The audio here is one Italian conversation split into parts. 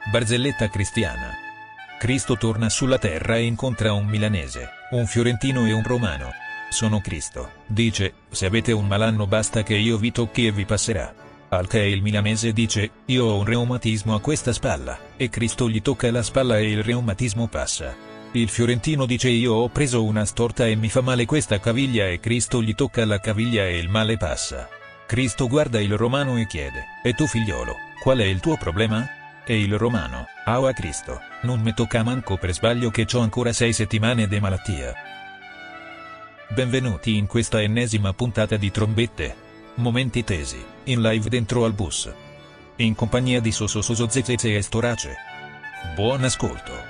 Barzelletta cristiana. Cristo torna sulla terra e incontra un milanese, un fiorentino e un romano. Sono Cristo, dice, se avete un malanno basta che io vi tocchi e vi passerà. Al che il milanese dice, io ho un reumatismo a questa spalla, e Cristo gli tocca la spalla e il reumatismo passa. Il fiorentino dice io ho preso una storta e mi fa male questa caviglia e Cristo gli tocca la caviglia e il male passa. Cristo guarda il romano e chiede, e tu figliolo, qual è il tuo problema? E il romano, a Cristo, non mi tocca manco per sbaglio che c'ho ancora 6 settimane de malattia. Benvenuti in questa ennesima puntata di Trombette. Momenti tesi, in live dentro al bus. In compagnia di Zezeze e Storace. Buon ascolto.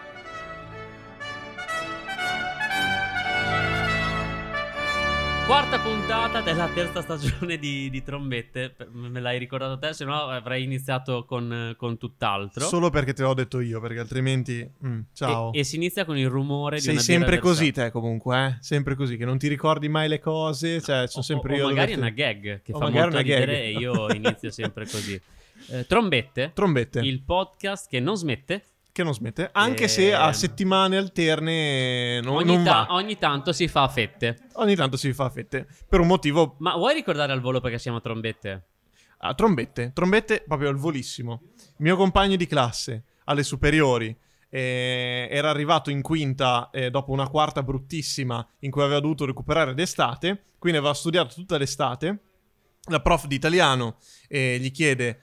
Quarta puntata della terza stagione di Trombette. Me l'hai ricordato te, se no avrei iniziato con tutt'altro. Solo perché te l'ho detto io, perché altrimenti... ciao. E si inizia con il rumore di Sei una sempre birra così te comunque, Sempre così, che non ti ricordi mai le cose, cioè sono sempre io... O magari è una gag che o fa magari molto una ridere gag. e io inizio sempre così. Trombette, il podcast che non smette. che non smette, anche se a settimane alterne non va. Ogni tanto si fa a fette. Ogni tanto si fa a fette, per un motivo... Ma vuoi ricordare al volo perché siamo Trombette? Trombette proprio al volissimo. Il mio compagno di classe, alle superiori, era arrivato in quinta dopo una quarta bruttissima in cui aveva dovuto recuperare d'estate, quindi aveva studiato tutta l'estate. La prof di italiano gli chiede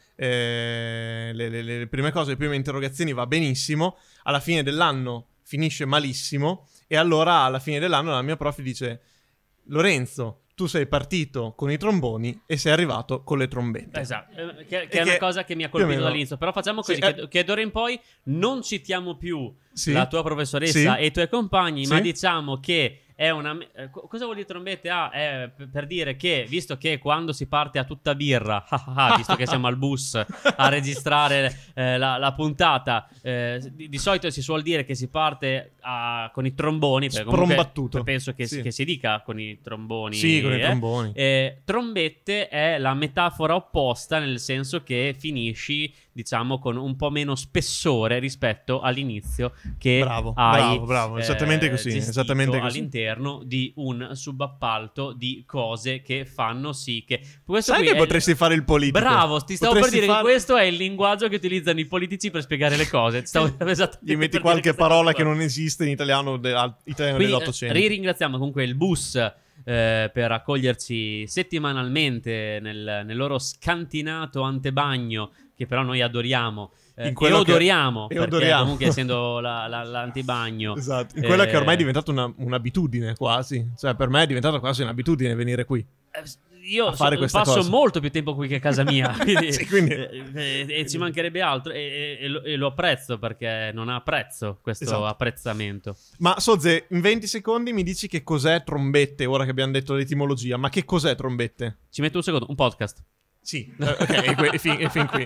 le prime cose, le prime interrogazioni, va benissimo. Alla fine dell'anno finisce malissimo e allora alla fine dell'anno la mia prof dice: Lorenzo, tu sei partito con i tromboni e sei arrivato con le trombette. Esatto, che è una cosa che mi ha colpito dall'inizio. Però facciamo così, che d'ora in poi non citiamo più la tua professoressa e i tuoi compagni, ma diciamo che è una... cosa vuol dire trombette? È per dire che, visto che quando si parte a tutta birra, visto che siamo al bus a registrare la puntata, di solito si suol dire che si parte con i tromboni. Sprombattuto. Penso che si dica con i tromboni. Sì, con i tromboni. Trombette è la metafora opposta, nel senso che finisci, diciamo, con un po' meno spessore rispetto all'inizio che hai bravo, esattamente così, all'interno di un subappalto di cose che fanno sì che... Sai che potresti fare il politico? Bravo, ti stavo per dire che questo è il linguaggio che utilizzano i politici per spiegare le cose. Gli metti qualche parola che non esiste in italiano dell'800. Ringraziamo comunque il bus per accoglierci settimanalmente nel loro scantinato antebagno, che però noi adoriamo. E odoriamo, perché comunque essendo l'antibagno. Esatto, in quella che ormai è diventata un'abitudine quasi. Cioè per me è diventata quasi un'abitudine venire qui. Io passo molto più tempo qui che a casa mia, quindi. E ci mancherebbe altro, e lo apprezzo, perché non ha prezzo questo apprezzamento. Ma Soze, in 20 secondi mi dici che cos'è trombette, ora che abbiamo detto l'etimologia. Ma che cos'è trombette? Ci metto un secondo, un podcast. Sì, ok, è fin qui.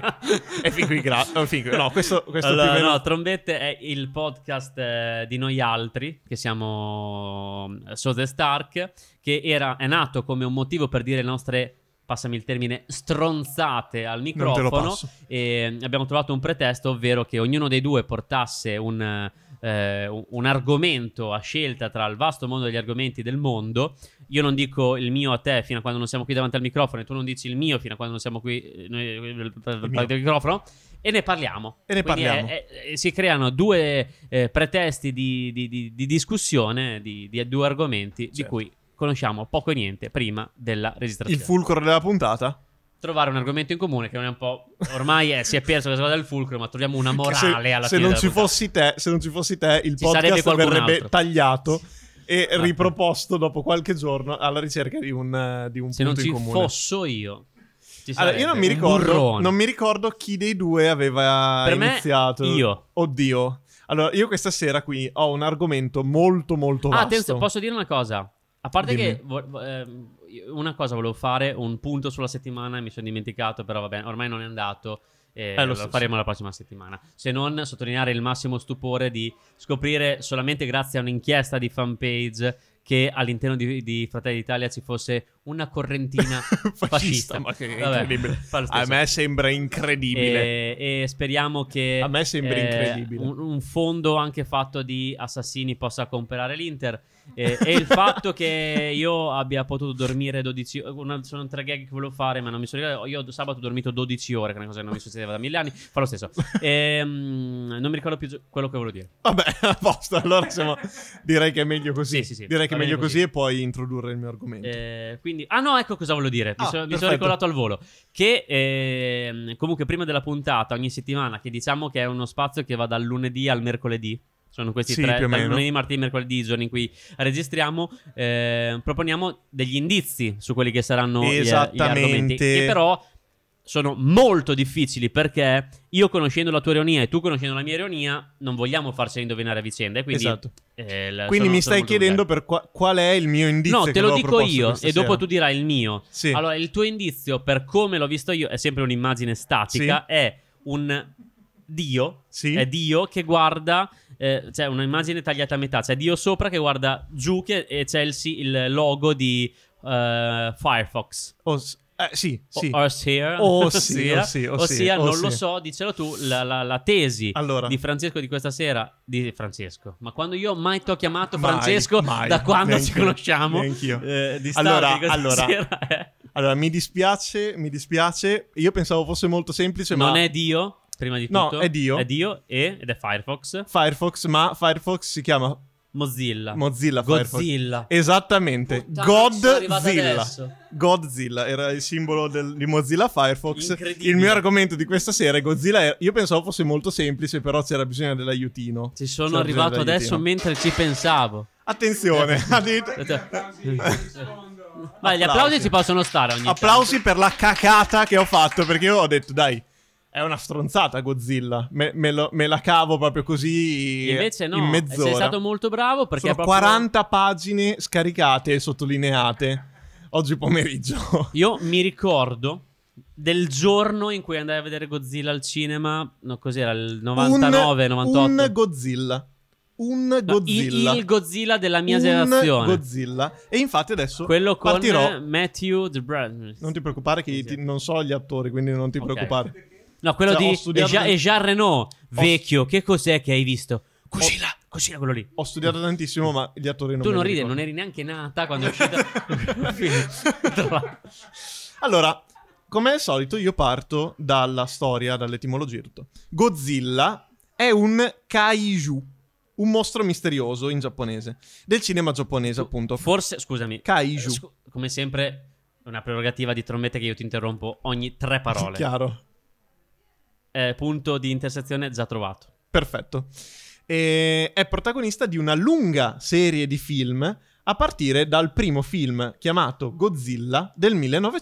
No, questo allora, più o meno... No, Trombette è il podcast di noi altri, che siamo Soze Stark, che è nato come un motivo per dire le nostre, passami il termine, stronzate al microfono. E abbiamo trovato un pretesto, ovvero che ognuno dei due portasse un argomento a scelta tra il vasto mondo degli argomenti del mondo. Io non dico il mio a te fino a quando non siamo qui davanti al microfono, e tu non dici il mio fino a quando non siamo qui davanti al microfono, e ne parliamo. Si creano due pretesti di discussione di due argomenti, di cui conosciamo poco e niente prima della registrazione. Il fulcro della puntata? Trovare un argomento in comune, che non è un po'... Ormai si è perso questa cosa del fulcro, ma troviamo una morale alla fine. Se non ci fossi te, il podcast verrebbe tagliato e riproposto dopo qualche giorno alla ricerca di un punto in comune. Se non ci fosso io. Allora, io non mi ricordo chi dei due aveva iniziato. Io. Oddio. Allora, io questa sera qui ho un argomento molto molto vasto. Attenzione, posso dire una cosa? A parte che una cosa volevo fare, un punto sulla settimana, e mi sono dimenticato, però va bene, ormai non è andato. Lo faremo la prossima settimana. Se non sottolineare il massimo stupore di scoprire, solamente grazie a un'inchiesta di fanpage, che all'interno di Fratelli d'Italia ci fosse una correntina fascista. Ma che Vabbè, incredibile. fa lo stesso. A me sembra incredibile. E speriamo che A me sembra incredibile. un fondo anche fatto di assassini possa comprare l'Inter. E il fatto che io abbia potuto dormire 12 ore, sono 3 gag che volevo fare, ma non mi sono ricordato. Io sabato ho dormito 12 ore, che è una cosa che non mi succedeva da 1000 anni. Fa lo stesso. Non mi ricordo più quello che volevo dire. Vabbè, a posto. Allora direi che è meglio così. Sì, Direi che è va bene meglio così così e poi introdurre il mio argomento. Quindi, no, ecco cosa volevo dire. Mi sono perfetto. ricordato al volo. Che comunque prima della puntata, ogni settimana, che diciamo che è uno spazio che va dal lunedì al mercoledì. Sono questi Sì, tre, più o dal meno. lunedì, martedì, mercoledì, i giorni in cui registriamo. Proponiamo degli indizi su quelli che saranno gli argomenti. Che però sono molto difficili, perché io, conoscendo la tua ironia e tu conoscendo la mia ironia, non vogliamo farceli indovinare a vicenda. E quindi, Esatto. Quindi mi stai chiedendo per qual è il mio indizio? No, che te lo avevo dico proposto io questa e dopo sera? tu dirai il mio. Sì. Allora, il tuo indizio, per come l'ho visto io, è sempre un'immagine statica. Sì. È un Dio. Sì. È Dio che guarda, cioè un'immagine tagliata a metà. C'è Dio sopra che guarda giù, e c'è il logo di Firefox. Sì. Ossia, non lo so, dicelo tu, la tesi Allora. di Francesco di questa sera, di Francesco. Ma quando io mai ti ho chiamato Mai, Francesco, mai. da quando Neanche- ci conosciamo, neanch'io. di Stark di questa sera Allora, mi dispiace. Io pensavo fosse molto semplice, non ma è Dio, prima di No, tutto. è Dio. Ed è Firefox. Firefox, ma Firefox si chiama Mozilla. Firefox. Godzilla. Esattamente. Puttana, ci sono arrivato Godzilla. adesso. Godzilla era il simbolo di Mozilla Firefox. Incredibile. Il mio argomento di questa sera è Godzilla. Io pensavo fosse molto semplice, però c'era bisogno dell'aiutino. Ci sono C'era bisogno arrivato adesso dell'aiutino. mentre ci pensavo. Attenzione. Vai, gli applausi ci possono stare ogni Applausi per la cacata che ho fatto, perché io ho detto, dai, è una stronzata Godzilla. Me la cavo proprio così Invece no, in mezz'ora. sei stato molto bravo, perché Sono è proprio... 40 pagine scaricate e sottolineate oggi pomeriggio. Io mi ricordo del giorno in cui andai a vedere Godzilla al cinema. No, cos'era? Il 99, 98? Un Godzilla. No, Godzilla. il Godzilla della mia Un generazione. Godzilla. E infatti adesso Quello con partirò. Matthew the Non ti preoccupare che non so gli attori, quindi non ti Ok. preoccupare. No, quello Cioè, ho di studiato Jean Reno, vecchio. Che cos'è che hai visto? Godzilla, quello lì. Ho studiato tantissimo, ma gli attori non Tu me non li ridi, ricordo. non eri neanche nata quando è uscita. Allora, come al solito, io parto dalla storia, dall'etimologia e tutto. Godzilla è un kaiju, un mostro misterioso in giapponese, del cinema giapponese, appunto. Forse, scusami. Kaiju. Come sempre, una prerogativa di trombetta che io ti interrompo ogni 3 parole. Chiaro. Punto di intersezione già trovato. Perfetto. E è protagonista di una lunga serie di film a partire dal primo film chiamato Godzilla del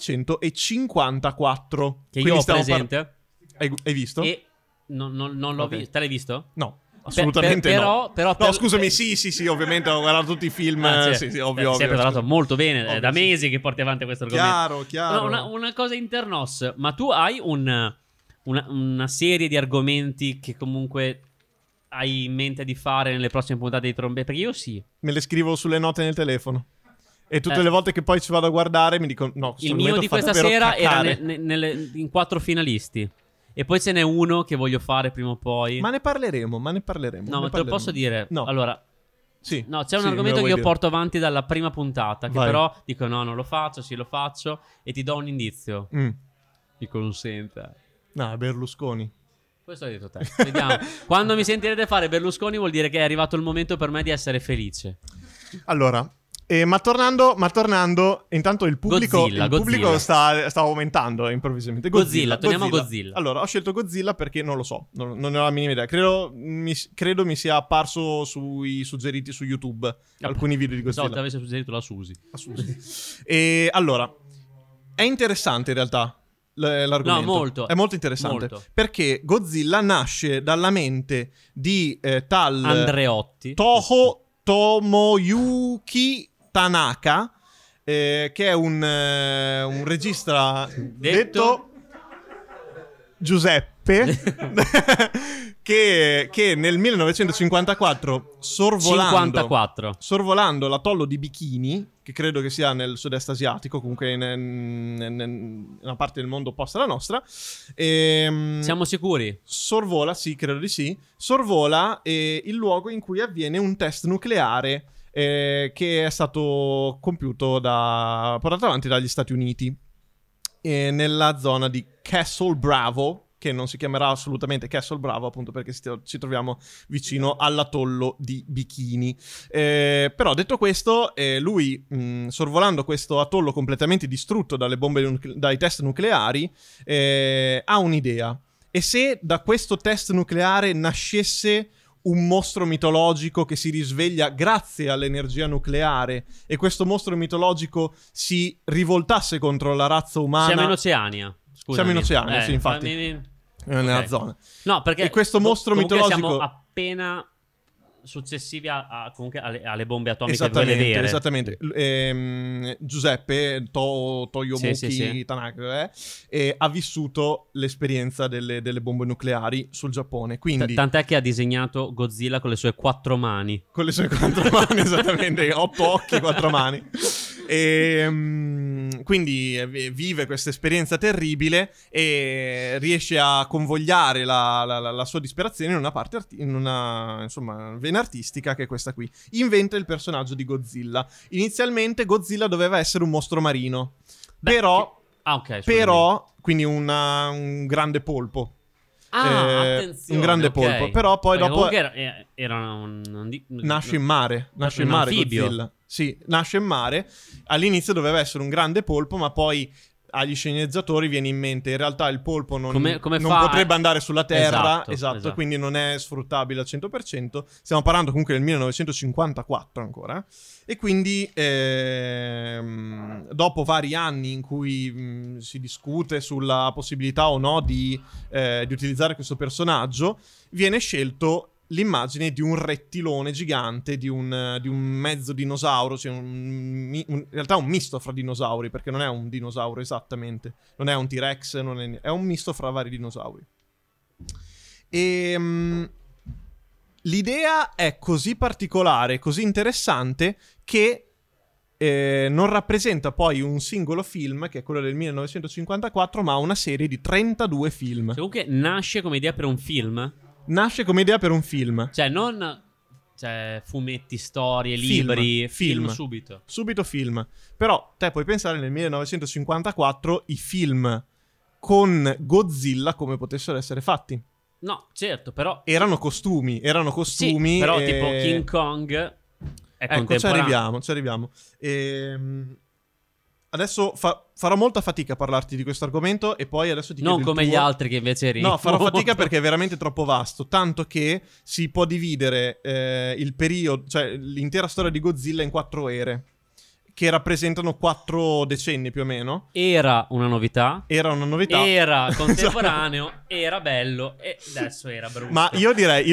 1954. Che io Quindi ho stiamo presente. Hai visto? E non l'ho Ok. visto. Te l'hai visto? No, assolutamente però- no. però no, per- scusami, sì, ovviamente ho guardato tutti i film. Sì, ovvio. Si è preparato molto bene. Ovvio, Da sì. mesi che porti avanti questo argomento. Chiaro. No, una cosa internos. Ma tu hai una serie di argomenti che comunque hai in mente di fare nelle prossime puntate di Trombetta? Perché io sì. Me le scrivo sulle note nel telefono. E tutte le volte che poi ci vado a guardare mi dico no, questo Il mio di argomento fa questa davvero sera cacare. era in 4 finalisti. E poi ce n'è uno che voglio fare prima o poi. Ma ne parleremo. No, ne ma te lo parleremo. posso dire. No. Allora, Sì. no, c'è un Sì, argomento me lo che vuoi io dire. porto avanti dalla prima puntata. Che Vai. però dico no, non lo faccio, sì, lo faccio. E ti do un indizio. Mm. Mi consenta. No, Berlusconi. Questo hai detto te. Vediamo. Quando mi sentirete fare Berlusconi vuol dire che è arrivato il momento per me di essere felice. Allora, ma tornando, intanto il pubblico, Godzilla, pubblico sta aumentando improvvisamente. Godzilla, torniamo a Godzilla. Allora, ho scelto Godzilla perché non lo so, non ne ho la minima idea. Credo mi sia apparso sui suggeriti su YouTube alcuni video di No, Godzilla. ti avessi suggerito la Susi. E allora, è interessante in realtà l'argomento. No, molto. È molto interessante. Molto. Perché Godzilla nasce dalla mente di tal Andreotti. Toho Tomoyuki Tanaka, che è un regista detto Giuseppe. Giuseppe che nel 1954 sorvolando l'atollo di Bikini, che credo che sia nel sud-est asiatico, comunque in una parte del mondo opposta alla nostra, siamo sicuri? Sorvola, sì, credo di sì. Sorvola il luogo in cui avviene un test nucleare che è stato portato avanti dagli Stati Uniti nella zona di Castle Bravo, che non si chiamerà assolutamente Castle Bravo, appunto perché ci troviamo vicino all'atollo di Bikini. Però detto questo, lui sorvolando questo atollo completamente distrutto dai test nucleari ha un'idea. E se da questo test nucleare nascesse un mostro mitologico che si risveglia grazie all'energia nucleare e questo mostro mitologico si rivoltasse contro la razza umana? Siamo in Oceania. Scusami. Siamo in Oceania, sì, infatti. Nella zona. No, perché e questo mostro mitologico siamo appena successivi comunque alle bombe atomiche, quelle vere. Esattamente. Giuseppe Toyomuki sì. Tanaka ha vissuto l'esperienza delle bombe nucleari sul Giappone. Quindi tant'è che ha disegnato Godzilla con le sue 4 mani. Con le sue 4 mani, esattamente. 8 occhi, 4 mani. Quindi vive questa esperienza terribile e riesce a convogliare la sua disperazione in una parte insomma, vena artistica, che è questa qui. Inventa il personaggio di Godzilla. Inizialmente Godzilla doveva essere un mostro marino. Quindi un grande polpo. Attenzione, un grande polpo. Però poi perché dopo era nasce in mare anfibio. Godzilla. Sì, nasce in mare. All'inizio doveva essere un grande polpo, ma poi agli sceneggiatori viene in mente in realtà il polpo non potrebbe andare sulla terra, esatto, quindi non è sfruttabile al 100%. Stiamo parlando comunque del 1954 ancora. E quindi dopo vari anni in cui si discute sulla possibilità o no di utilizzare questo personaggio, viene scelto l'immagine di un rettilone gigante, di un mezzo dinosauro, cioè in realtà un misto fra dinosauri, perché non è un dinosauro esattamente, non è un T-Rex, è un misto fra vari dinosauri. E l'idea è così particolare, così interessante, che non rappresenta poi un singolo film, che è quello del 1954, ma una serie di 32 film. Comunque nasce come idea per un film? Nasce come idea per un film. Cioè non fumetti, storie, libri, film subito. Subito film. Però te puoi pensare nel 1954 i film con Godzilla come potessero essere fatti. No, certo, però erano costumi. Sì, però tipo King Kong è contemporaneo. Ci arriviamo. Adesso farò molta fatica a parlarti di questo argomento e poi adesso ti chiedo non come gli altri che invece No, farò fatica perché è veramente troppo vasto, tanto che si può dividere il periodo, cioè l'intera storia di Godzilla in 4 ere, che rappresentano 4 decenni più o meno. Era una novità. Era contemporaneo, era bello e adesso era brutto. Ma io direi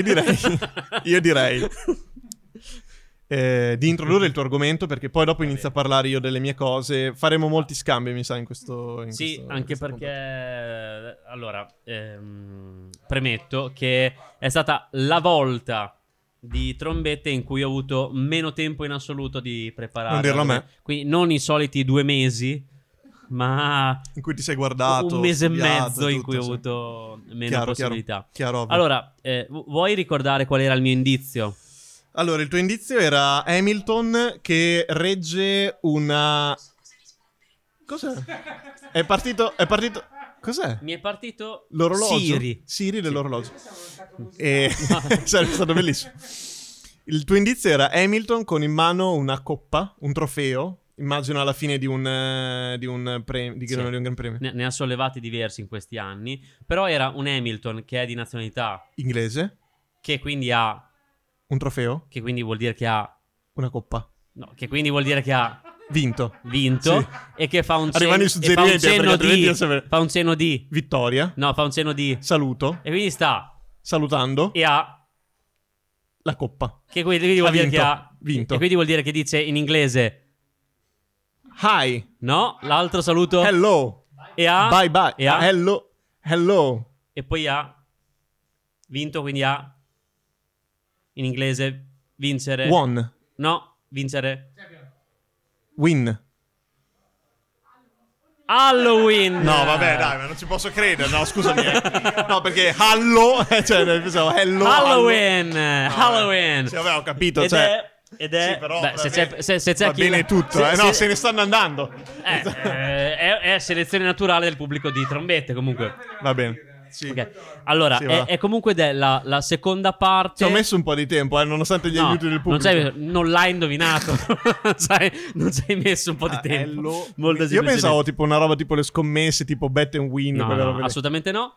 di introdurre il tuo argomento, perché poi dopo inizio a parlare io delle mie cose. Faremo molti scambi, mi sa, in questo anche perché allora premetto che è stata la volta di trombette in cui ho avuto meno tempo in assoluto di preparare. Non dirlo a me. Quindi non i soliti 2 mesi, ma in cui ti sei guardato un mese e mezzo tutto, in cui ho avuto meno possibilità. Chiaro, allora, vuoi ricordare qual era il mio indizio? Allora, il tuo indizio era Hamilton che regge una... Cos'è? È partito... Cos'è? Mi è partito l'orologio. Siri dell'orologio. E sarebbe stato bellissimo. Il tuo indizio era Hamilton con in mano una coppa, un trofeo. Immagino alla fine di un Gran Premio. Ne ha sollevati diversi in questi anni. Però era un Hamilton che è di nazionalità inglese, che quindi ha un trofeo, che quindi vuol dire che ha una coppa. No, che quindi vuol dire che ha vinto sì. E che fa un arrivano i suggerimenti, fa un cenno di vittoria. No, fa un cenno di saluto. E quindi sta salutando e ha la coppa. Che quindi vuol dire che ha vinto. E quindi vuol dire che dice in inglese hi. No, l'altro saluto hello. E ha bye bye. E ha hello. e poi ha vinto, quindi ha in inglese vincere. Won. No, vincere. Win. Halloween. No, vabbè, dai, ma non ci posso credere. No, scusami. No, perché Hallo, cioè, pensavo Hello. Halloween. No, Halloween. Sì, vabbè, ho capito, Ed cioè. è Sì, però, beh, se c'è va chi bene tutto, no, se ne stanno andando. è selezione naturale del pubblico di trombette, comunque. Va bene. Sì. Ok. Allora, Sì, è comunque la seconda parte. Ci ho messo un po' di tempo, nonostante gli No, aiuti del pubblico. non l'hai indovinato. Non ci hai messo un po' di tempo. Hello. Molto Io semplicemente. pensavo tipo una roba tipo le scommesse, tipo bet and win. No, quelle no, robe lì. assolutamente no.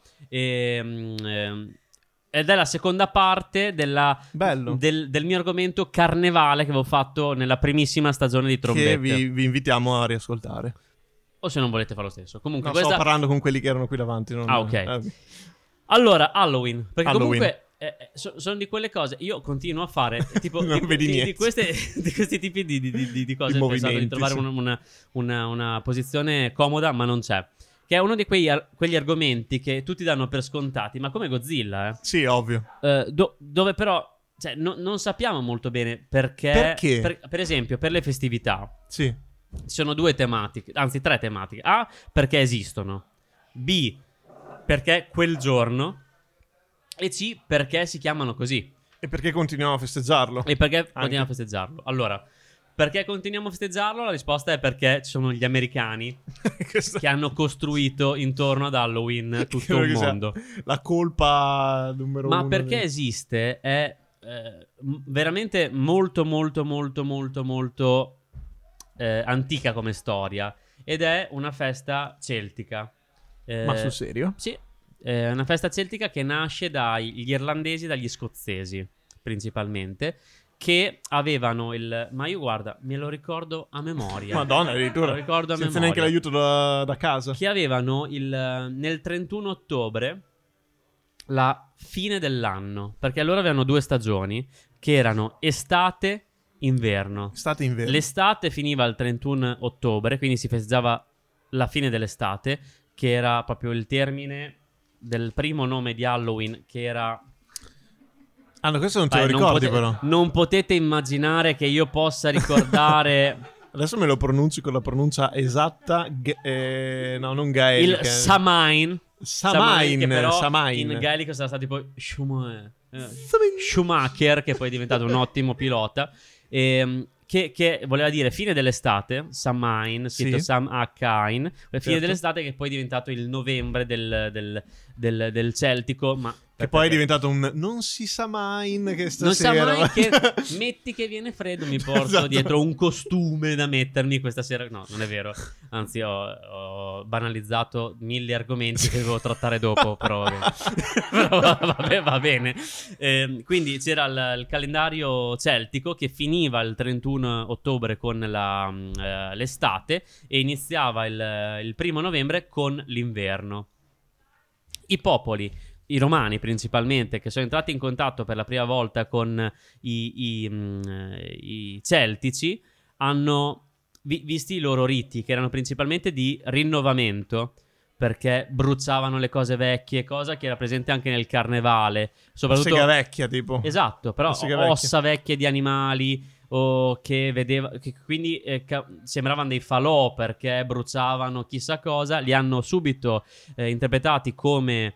Ed è la seconda parte Bello. del mio argomento carnevale che avevo fatto nella primissima stagione di trombette. Che vi invitiamo a riascoltare. O se non volete fare lo stesso. Comunque, No, questa... stavo parlando con quelli che erano qui davanti. Non... ok. Allora, Halloween. Perché Halloween. comunque sono di quelle cose. Io continuo a fare tipo Non vedi niente. di questi tipi di cose. Di Pensando movimenti, di trovare sì. una posizione comoda, ma non c'è. Che è uno di quegli argomenti che tutti danno per scontati. Ma come Godzilla, Sì, ovvio. dove però cioè, non sappiamo molto bene perché. Perché? Per esempio, per le festività Sì. ci sono due tematiche, anzi 3 tematiche. A, perché esistono. B, perché quel giorno. E C, perché si chiamano così. E perché continuiamo a festeggiarlo? E perché continuiamo a festeggiarlo. Allora, perché continuiamo a festeggiarlo? La risposta è perché ci sono gli americani che hanno costruito intorno ad Halloween tutto Credo il che sia mondo. la colpa numero uno. Ma perché esiste è veramente molto molto molto molto molto antica come storia. Ed è una festa celtica. Ma sul serio? Sì, è una festa celtica che nasce dagli irlandesi e dagli scozzesi, principalmente, che avevano ma io guarda, me lo ricordo a memoria. Madonna, addirittura. Me lo ricordo a Senza memoria. neanche l'aiuto da casa. Che avevano nel 31 ottobre la fine dell'anno, perché loro avevano 2 stagioni, che erano estate, inverno. Estate e inverno. L'estate finiva il 31 ottobre, quindi si festeggiava la fine dell'estate, che era proprio il termine del primo nome di Halloween, che era... Ah, no, questo non te lo ricordi però. Non potete immaginare che io possa ricordare... Adesso me lo pronunci con la pronuncia esatta. No, non gaelica. il Samhain. Samain. Che però Samain. in gaelico sarà stato tipo Schumacher, che poi è diventato un ottimo pilota. Che voleva dire fine dell'estate, Samhain, scritto Sì. Samhain, fine Certo. dell'estate, che poi è diventato il novembre del celtico, ma Che poi è diventato un non si sa mai che non sa stasera. mai che metti che viene freddo, mi porto Esatto. dietro un costume da mettermi questa sera. No, non è vero. Anzi, ho banalizzato 1000 argomenti che devo trattare dopo, però va bene. Quindi c'era il calendario celtico che finiva il 31 ottobre con l'estate e iniziava il 1 novembre con l'inverno. I popoli, i romani principalmente, che sono entrati in contatto per la prima volta con i celtici, hanno visti i loro riti, che erano principalmente di rinnovamento, perché bruciavano le cose vecchie, cosa che era presente anche nel carnevale, soprattutto Sega vecchia, tipo. esatto, però Sega vecchia. ossa vecchie di animali, o che quindi sembravano dei falò perché bruciavano chissà cosa. Li hanno subito interpretati come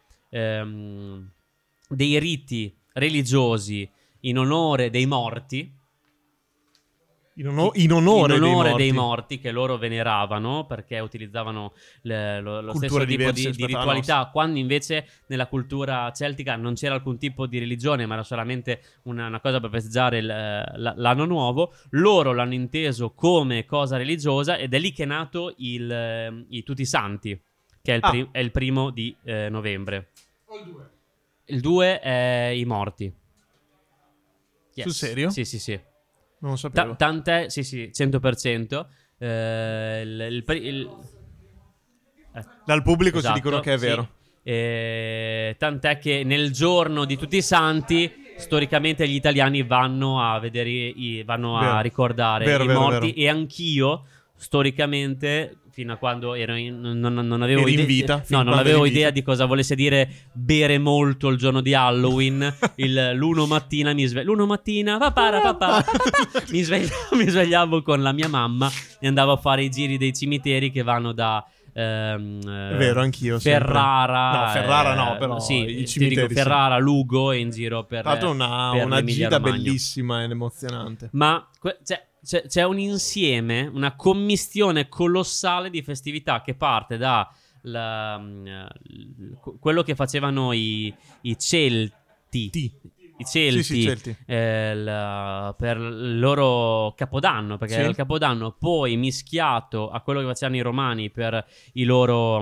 dei riti religiosi in onore dei morti. In onore dei morti, che loro veneravano, perché utilizzavano lo stesso Culture tipo diverse di rispetto alla ritualità, quando invece nella cultura celtica non c'era alcun tipo di religione, ma era solamente una cosa per festeggiare l'anno nuovo. Loro l'hanno inteso come cosa religiosa, ed è lì che è nato Tutti i Santi, che è il 1 di novembre. O il 2. Il 2 è i morti. Yes. Sul serio? Sì. Non lo sapevo. Tant'è, sì, 100%. Dal pubblico Esatto, ci dicono che è sì. vero. Tant'è che nel giorno di Tutti i Santi, storicamente gli italiani vanno a vedere, vanno a Vero. ricordare Vero, i vero, morti. vero. E anch'io storicamente, fino a quando non avevo Eri in idea, vita, fin non quando avevo eri in idea vita. di cosa volesse dire bere molto il giorno di Halloween. L'uno mattina l'uno mattina mi svegliavo con la mia mamma e andavo a fare i giri dei cimiteri che vanno da È vero, anch'io sempre. Ferrara. No, Ferrara no, però sì, i ti cimiteri dico sì. Ferrara, Lugo e in giro per Tra l'altro per una l'Emilia gita Romagna. bellissima ed emozionante. Ma c'è un insieme, una commistione colossale di festività che parte da quello che facevano i Celti. I Celti, Sì, Celti. per il loro Capodanno, perché Sì. era il Capodanno, poi mischiato a quello che facevano i Romani per i loro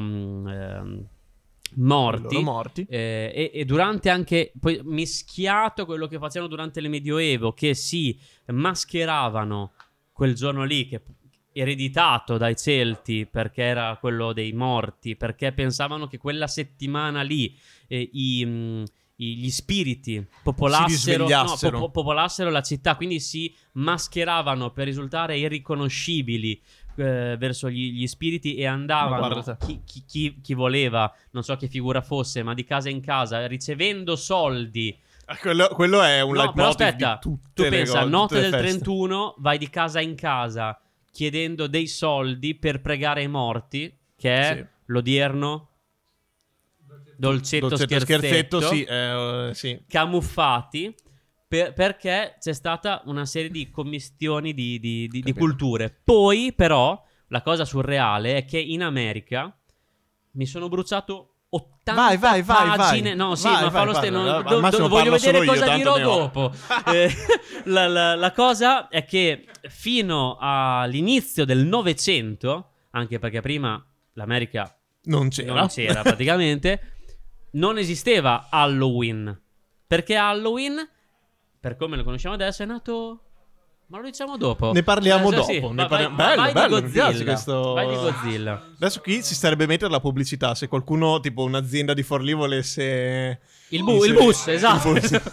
morti. Loro morti. E durante anche poi mischiato a quello che facevano durante il Medioevo, che si mascheravano quel giorno lì, che ereditato dai Celti perché era quello dei morti, perché pensavano che quella settimana lì gli spiriti popolassero, risvegliassero. popolassero la città, quindi si mascheravano per risultare irriconoscibili verso gli spiriti e andavano guarda te. chi voleva, non so che figura fosse, ma di casa in casa ricevendo soldi. Quello è un No, però leitmotiv aspetta, di tutte tu le pensa, cose, notte tutte le del feste. 31 vai di casa in casa chiedendo dei soldi per pregare i morti, che è Sì. l'odierno dolcetto scherzetto, sì, sì. camuffati perché c'è stata una serie di commistioni di Capito. culture. Poi però la cosa surreale è che in America mi sono bruciato 80 Vai. pagine. No, sì, ma fallo Al massimo voglio parlo solo vedere io, cosa tanto dirò ne ho. dopo. La cosa è che fino all'inizio del Novecento, anche perché prima l'America Non c'era. non c'era praticamente, non esisteva Halloween, perché Halloween, per come lo conosciamo adesso, è nato, ma lo diciamo dopo. Ne parliamo Sì, dopo. sì. Ne parliamo. Vai Bello, di bello, mi Godzilla. piace questo. Vai di Godzilla. Adesso qui si starebbe mettere la pubblicità. Se qualcuno, tipo un'azienda di Forlì, volesse. Il bus, esatto. Il bus.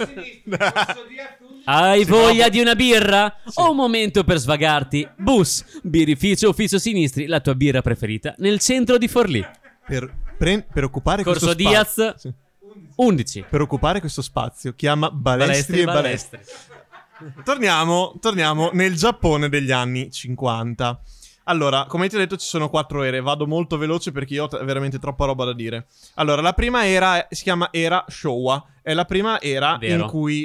Hai voglia di una birra? Ho un momento per svagarti. Bus, birrificio Ufficio Sinistri, la tua birra preferita, nel centro di Forlì. Per occupare Corso questo Diaz, spazio. Sì. 11. Per occupare questo spazio, chiama Balestri e Balestri. Torniamo nel Giappone degli anni 50. Allora, come ti ho detto, ci sono 4 ere. Vado molto veloce perché io ho veramente troppa roba da dire. Allora, la prima era si chiama era Showa. È la prima era Vero.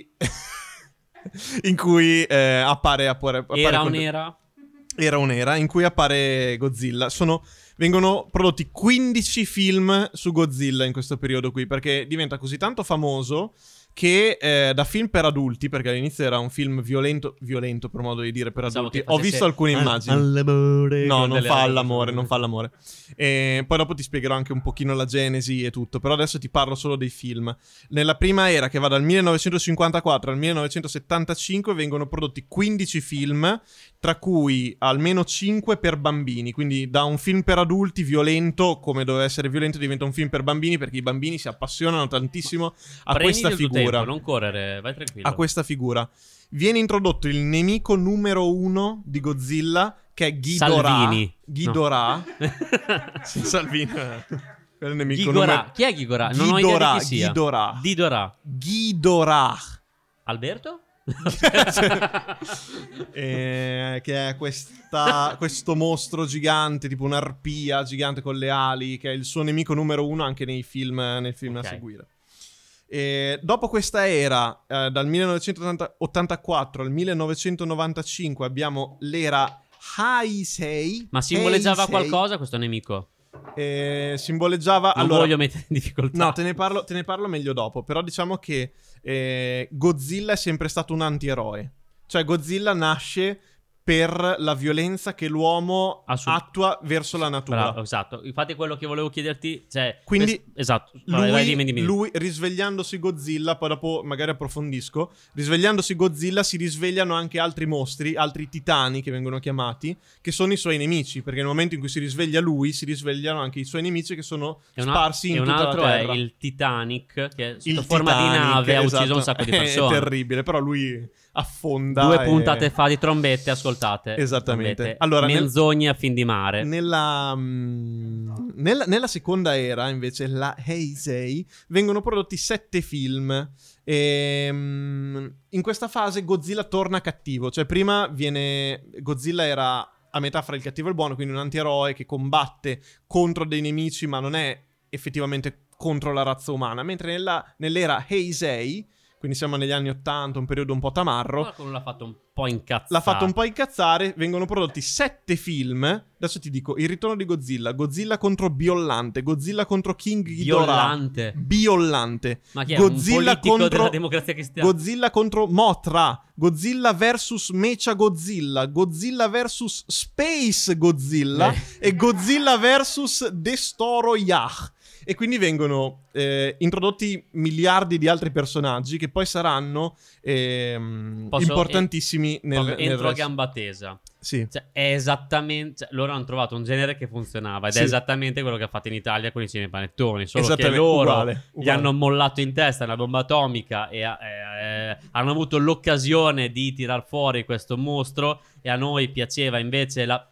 in cui appare Era un'era? Era un'era in cui appare Godzilla. Vengono prodotti 15 film su Godzilla in questo periodo qui, perché diventa così tanto famoso che da film per adulti, perché all'inizio era un film violento per modo di dire, per Pensavo adulti. che Ho facesse visto alcune immagini. All'amore. No, con non delle fa altre all'amore, cose. non fa all'amore. E poi dopo ti spiegherò anche un pochino la genesi e tutto, però adesso ti parlo solo dei film. Nella prima era, che va dal 1954 al 1975, vengono prodotti 15 film, tra cui almeno 5 per bambini, quindi da un film per adulti violento, come doveva essere violento, diventa un film per bambini, perché i bambini si appassionano tantissimo a Prendi questa del tuo figura. tempo, non correre, vai tranquillo. A questa figura. Viene introdotto il nemico numero 1 di Godzilla, che è Ghidorah. Salvini. Ghidorah. Sì, Salvini. È il nemico Ghidorah. Chi è Ghidorah? Non ho idea di chi sia. Ghidorah. Alberto? Che è questo mostro gigante, tipo un'arpia gigante con le ali, che è il suo nemico numero 1 anche nel film Ok. a seguire. Dopo questa era, dal 1984 al 1995, abbiamo l'era Heisei. Ma simboleggiava Heisei. qualcosa questo nemico? Simboleggiava. Non allora, voglio mettere in difficoltà. no, te ne parlo meglio dopo. Però diciamo che Godzilla è sempre stato un antieroe. Cioè, Godzilla nasce per la violenza che l'uomo attua verso la natura. Bravo, esatto. Infatti è quello che volevo chiederti. Cioè, Quindi esatto. Vai, dimmi. Lui, risvegliandosi Godzilla, poi dopo magari approfondisco, risvegliandosi Godzilla si risvegliano anche altri mostri, altri titani che vengono chiamati, che sono i suoi nemici, perché nel momento in cui si risveglia lui, si risvegliano anche i suoi nemici che sono sparsi in tutta la altro terra. è il Titanic, che sotto Il forma di Titanic, nave ha ucciso esatto. un sacco di persone. È terribile, però lui affonda. 2 puntate fa di trombette, ascoltate ascoltate. Esattamente. Trombette. Allora, menzogne a fin di mare. Nella seconda era, invece, la Heisei, vengono prodotti 7 film. In questa fase Godzilla torna cattivo. Cioè, prima Godzilla era a metà fra il cattivo e il buono, quindi un antieroe che combatte contro dei nemici, ma non è effettivamente contro la razza umana. Mentre nell'era Heisei, quindi siamo negli anni 80, un periodo un po' tamarro, Qualcuno l'ha fatto un po' incazzare. l'ha fatto un po' incazzare. Vengono prodotti 7 film. Adesso ti dico: Il ritorno di Godzilla, Godzilla contro Biollante, Godzilla contro King Ghidorah, Biollante, Ma chi è? Godzilla un politico contro della Democrazia Cristiana? Godzilla contro Mothra, Godzilla vs Mecha Godzilla, Godzilla vs Space Godzilla e Godzilla vs Destoro Yah. E quindi vengono introdotti miliardi di altri personaggi che poi saranno importantissimi nel entro a resto. gamba tesa. Sì. Cioè, è esattamente. Cioè, loro hanno trovato un genere che funzionava. Ed è esattamente quello che ha fatto in Italia con i cinepanettoni. Solo che loro uguale. gli hanno mollato in testa una bomba atomica e hanno avuto l'occasione di tirar fuori questo mostro. E a noi piaceva invece la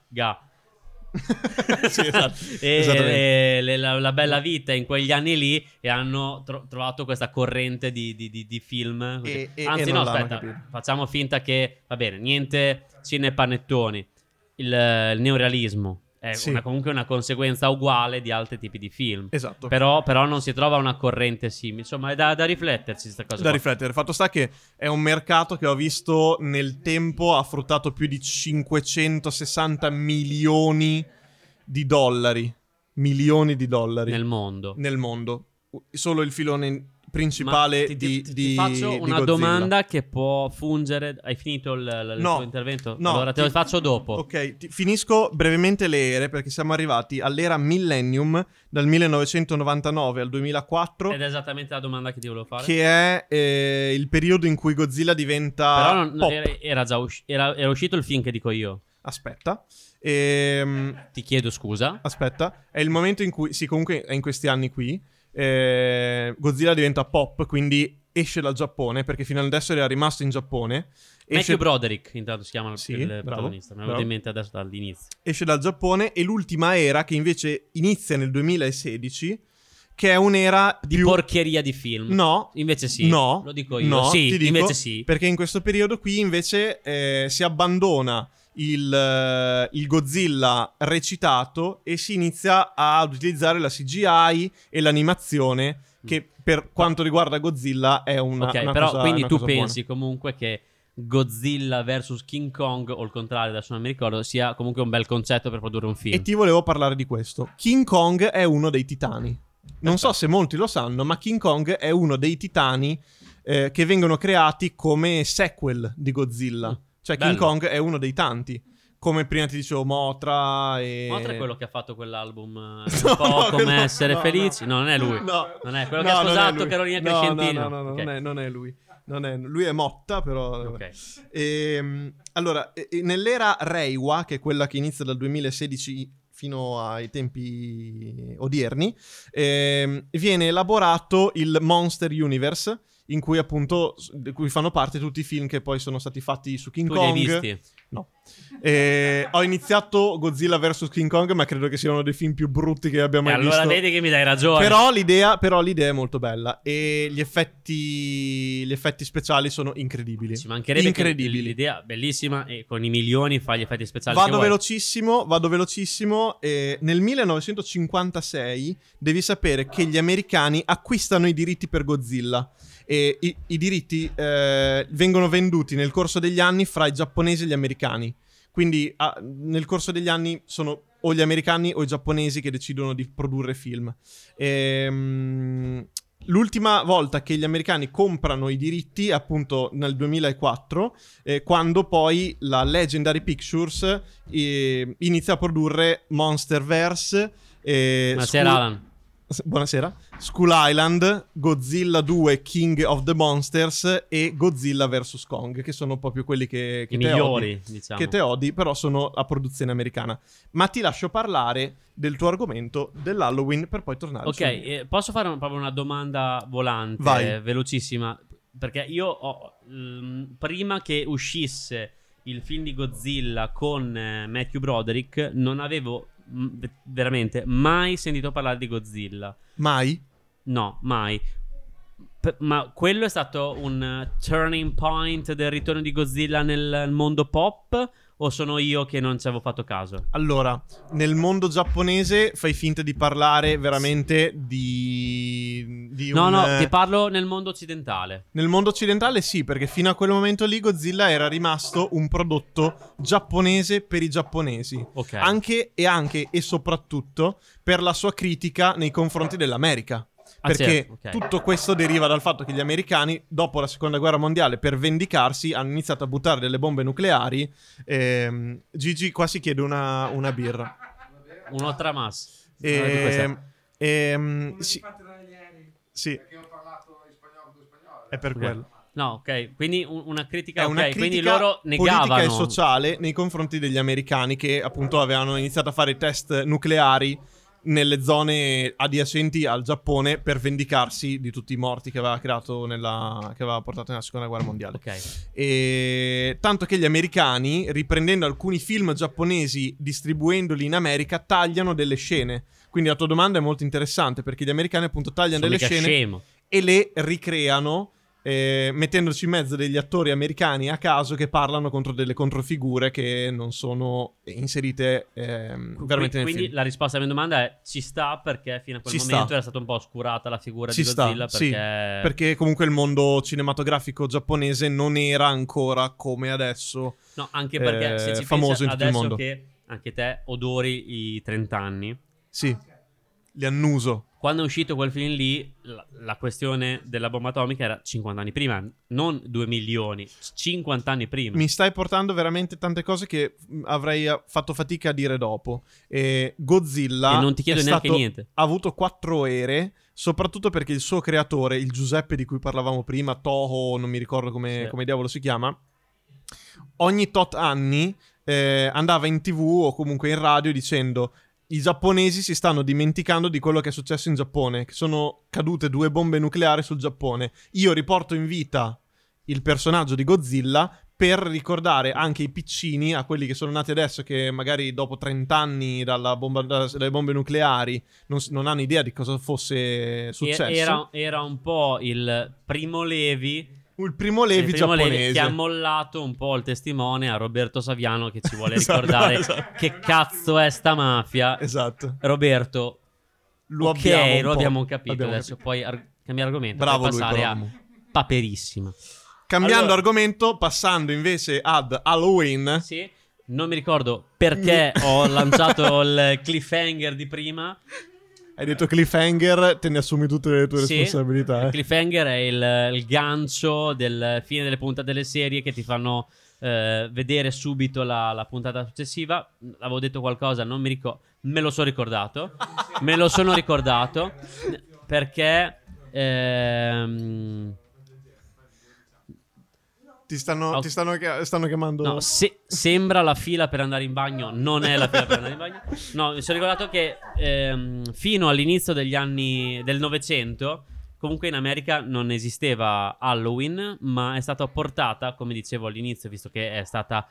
Sì, esatto. e la bella vita in quegli anni lì, e hanno trovato questa corrente di film. Anzi, no, aspetta, facciamo finta che va bene, niente cinepanettoni. Il neorealismo è comunque una conseguenza uguale di altri tipi di film. Esatto. Però non si trova una corrente simile. Insomma, è da rifletterci questa cosa. Da riflettere. Fatto sta che è un mercato che ho visto nel tempo ha fruttato più di 560 milioni di dollari. Milioni di dollari. Nel mondo. Solo il filone principale ti faccio una Godzilla. domanda che può fungere. Hai finito il tuo intervento? No, allora te lo faccio dopo. Ok, finisco brevemente le ere, perché siamo arrivati all'era Millennium dal 1999 al 2004. Ed è esattamente la domanda che ti volevo fare. Che è il periodo in cui Godzilla diventa Però pop. era già era uscito il film che dico io. Aspetta. Ti chiedo scusa. Aspetta. È il momento in cui... Sì, comunque è in questi anni qui. Godzilla diventa pop, quindi esce dal Giappone, perché fino adesso era rimasto in Giappone. Matthew Broderick, intanto si chiama il bravo, protagonista. Mi è venuto in mente adesso dall'inizio. Esce dal Giappone, e l'ultima era, che invece inizia nel 2016, che è un'era di porcheria di film. No. Invece sì. No. Lo dico io. No, sì, ti dico, invece sì. Perché in questo periodo qui invece si abbandona il Godzilla recitato e si inizia ad utilizzare la CGI e l'animazione, che per quanto riguarda Godzilla è una però cosa, quindi una tu cosa pensi buona. comunque che Godzilla vs King Kong, o il contrario, adesso non mi ricordo, sia comunque un bel concetto per produrre un film. E ti volevo parlare di questo. King Kong è uno dei titani. Non so se molti lo sanno, ma King Kong è uno dei titani che vengono creati come sequel di Godzilla. Cioè bello. King Kong è uno dei tanti. Come prima ti dicevo, Mothra e... Mothra è quello che ha fatto quell'album un po' come essere felici. No, non è lui. Non è quello che ha sposato Carolina Crescentino. No, okay. non è lui. Lui è Motta, però... Okay. Allora, nell'era Reiwa, che è quella che inizia dal 2016 fino ai tempi odierni, viene elaborato il Monster Universe, in cui appunto fanno parte tutti i film che poi sono stati fatti su King Kong. Tu li hai visti? No. Ho iniziato Godzilla vs King Kong, ma credo che sia uno dei film più brutti che abbia mai visto. Allora vedi che mi dai ragione. Però l'idea è molto bella, e gli effetti speciali sono incredibili. Ci mancherebbe incredibili. L'idea bellissima, e con i milioni fa gli effetti speciali. Vado velocissimo. Nel 1956 devi sapere che gli americani acquistano i diritti per Godzilla. E i diritti vengono venduti nel corso degli anni fra i giapponesi e gli americani. Quindi nel corso degli anni sono o gli americani o i giapponesi che decidono di produrre film. L'ultima volta che gli americani comprano i diritti è appunto nel 2004, quando poi la Legendary Pictures inizia a produrre Monsterverse. Buonasera Alan. Buonasera. Skull Island, Godzilla 2 King of the Monsters e Godzilla vs Kong, che sono proprio quelli che i migliori, diciamo. Che te odi, però sono a produzione americana. Ma ti lascio parlare del tuo argomento dell'Halloween per poi tornare. Ok, posso fare proprio una domanda volante? Vai. Velocissima, perché io prima che uscisse il film di Godzilla con Matthew Broderick, non avevo veramente mai sentito parlare di Godzilla. Mai? No, mai. Ma quello è stato un turning point del ritorno di Godzilla nel mondo pop? O sono io che non ci avevo fatto caso? Allora, nel mondo giapponese fai finta di parlare veramente di No, no, ti parlo nel mondo occidentale. Nel mondo occidentale sì, perché fino a quel momento lì Godzilla era rimasto un prodotto giapponese per i giapponesi. Ok. Anche e soprattutto per la sua critica nei confronti dell'America. Perché certo, ok. tutto questo deriva dal fatto che gli americani, dopo la seconda guerra mondiale, per vendicarsi, hanno iniziato a buttare delle bombe nucleari. Gigi qua si chiede una birra. Un'altra mas. Sì. Sì. Perché ho parlato in spagnolo, due spagnolo. È per quello. No, ok. Quindi una critica, È una ok. Quindi critica loro negavano. politica e sociale nei confronti degli americani che appunto avevano iniziato a fare i test nucleari nelle zone adiacenti al Giappone per vendicarsi di tutti i morti che aveva creato che aveva portato nella seconda guerra mondiale. Ok. E tanto che gli americani, riprendendo alcuni film giapponesi, distribuendoli in America, tagliano delle scene. Quindi la tua domanda è molto interessante, perché gli americani appunto tagliano Sono delle mica scene scemo. e le ricreano, mettendoci in mezzo degli attori americani a caso che parlano contro delle controfigure che non sono inserite veramente nel Quindi film. la risposta alla mia domanda è: ci sta, perché fino a quel Ci momento sta. era stata un po' oscurata la figura Ci di sta, Godzilla, sì, perché... perché comunque il mondo cinematografico giapponese non era ancora come adesso. No, anche perché se ci famoso pensi in tutto il adesso mondo. che anche te odori i 30 anni, Sì, li annuso. quando è uscito quel film lì, la questione della bomba atomica era 50 anni prima, non 2 milioni, 50 anni prima. Mi stai portando veramente tante cose che avrei fatto fatica a dire dopo. Godzilla E non ti chiedo neanche niente. ha avuto 4 ere, soprattutto perché il suo creatore, il Giuseppe di cui parlavamo prima, Toho, non mi ricordo come diavolo si chiama, ogni tot anni andava in TV o comunque in radio dicendo: i giapponesi si stanno dimenticando di quello che è successo in Giappone, che sono cadute 2 bombe nucleari sul Giappone. Io riporto in vita il personaggio di Godzilla per ricordare anche i piccini, a quelli che sono nati adesso, che magari dopo 30 anni dalle bombe nucleari non hanno idea di cosa fosse successo. Era un po' il primo Levi. Il primo Levi giapponese che ha mollato un po' il testimone a Roberto Saviano, che ci vuole Esatto, ricordare esatto. che cazzo è sta mafia. Esatto. Roberto, Lo ok, abbiamo un lo po'. abbiamo capito. Abbiamo Adesso puoi cambiare argomento. Bravo per lui, passare però. a Paperissima. Cambiando Allora- argomento, passando invece ad Halloween. Sì, non mi ricordo perché ho lanciato il cliffhanger di prima. Hai detto cliffhanger, te ne assumi tutte le tue Sì, responsabilità. il cliffhanger è il gancio del fine delle puntate delle serie che ti fanno vedere subito la puntata successiva. Avevo detto qualcosa, non mi ricordo. Me lo sono ricordato. Me lo sono ricordato perché Ti stanno chiamando. no, sembra la fila per andare in bagno, non è la fila per andare in bagno. No, mi sono ricordato che fino all'inizio degli anni del Novecento, comunque in America non esisteva Halloween, ma è stata portata, come dicevo all'inizio, visto che è stata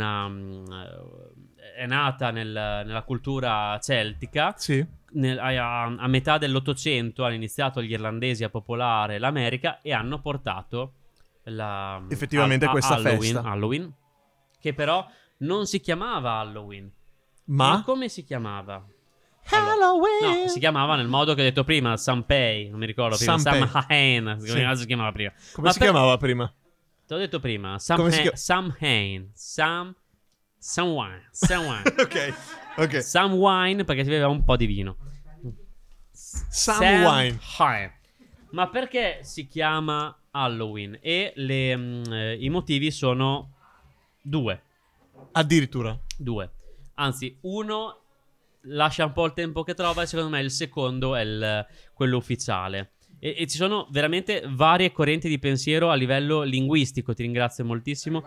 è nata nella cultura celtica. Sì. A metà dell'Ottocento hanno iniziato gli irlandesi a popolare l'America e hanno portato effettivamente questa festa. Halloween, che però non si chiamava Halloween. Ma come si chiamava? Halloween. No, si chiamava nel modo che ho detto prima, Samhain, non mi ricordo prima, Samhain. Samhain, Sì. come si chiamava prima. Come Ma si chiamava prima? Te l'ho detto prima, Come si Samhain, Samhain, Ok. Samhain, perché si beveva un po' di vino. Samhain. Ma perché si chiama Halloween? E i motivi sono due. Addirittura. Anzi, uno lascia un po' il tempo che trova, e secondo me il secondo è quello ufficiale. E ci sono veramente varie correnti di pensiero a livello linguistico. Ti ringrazio moltissimo.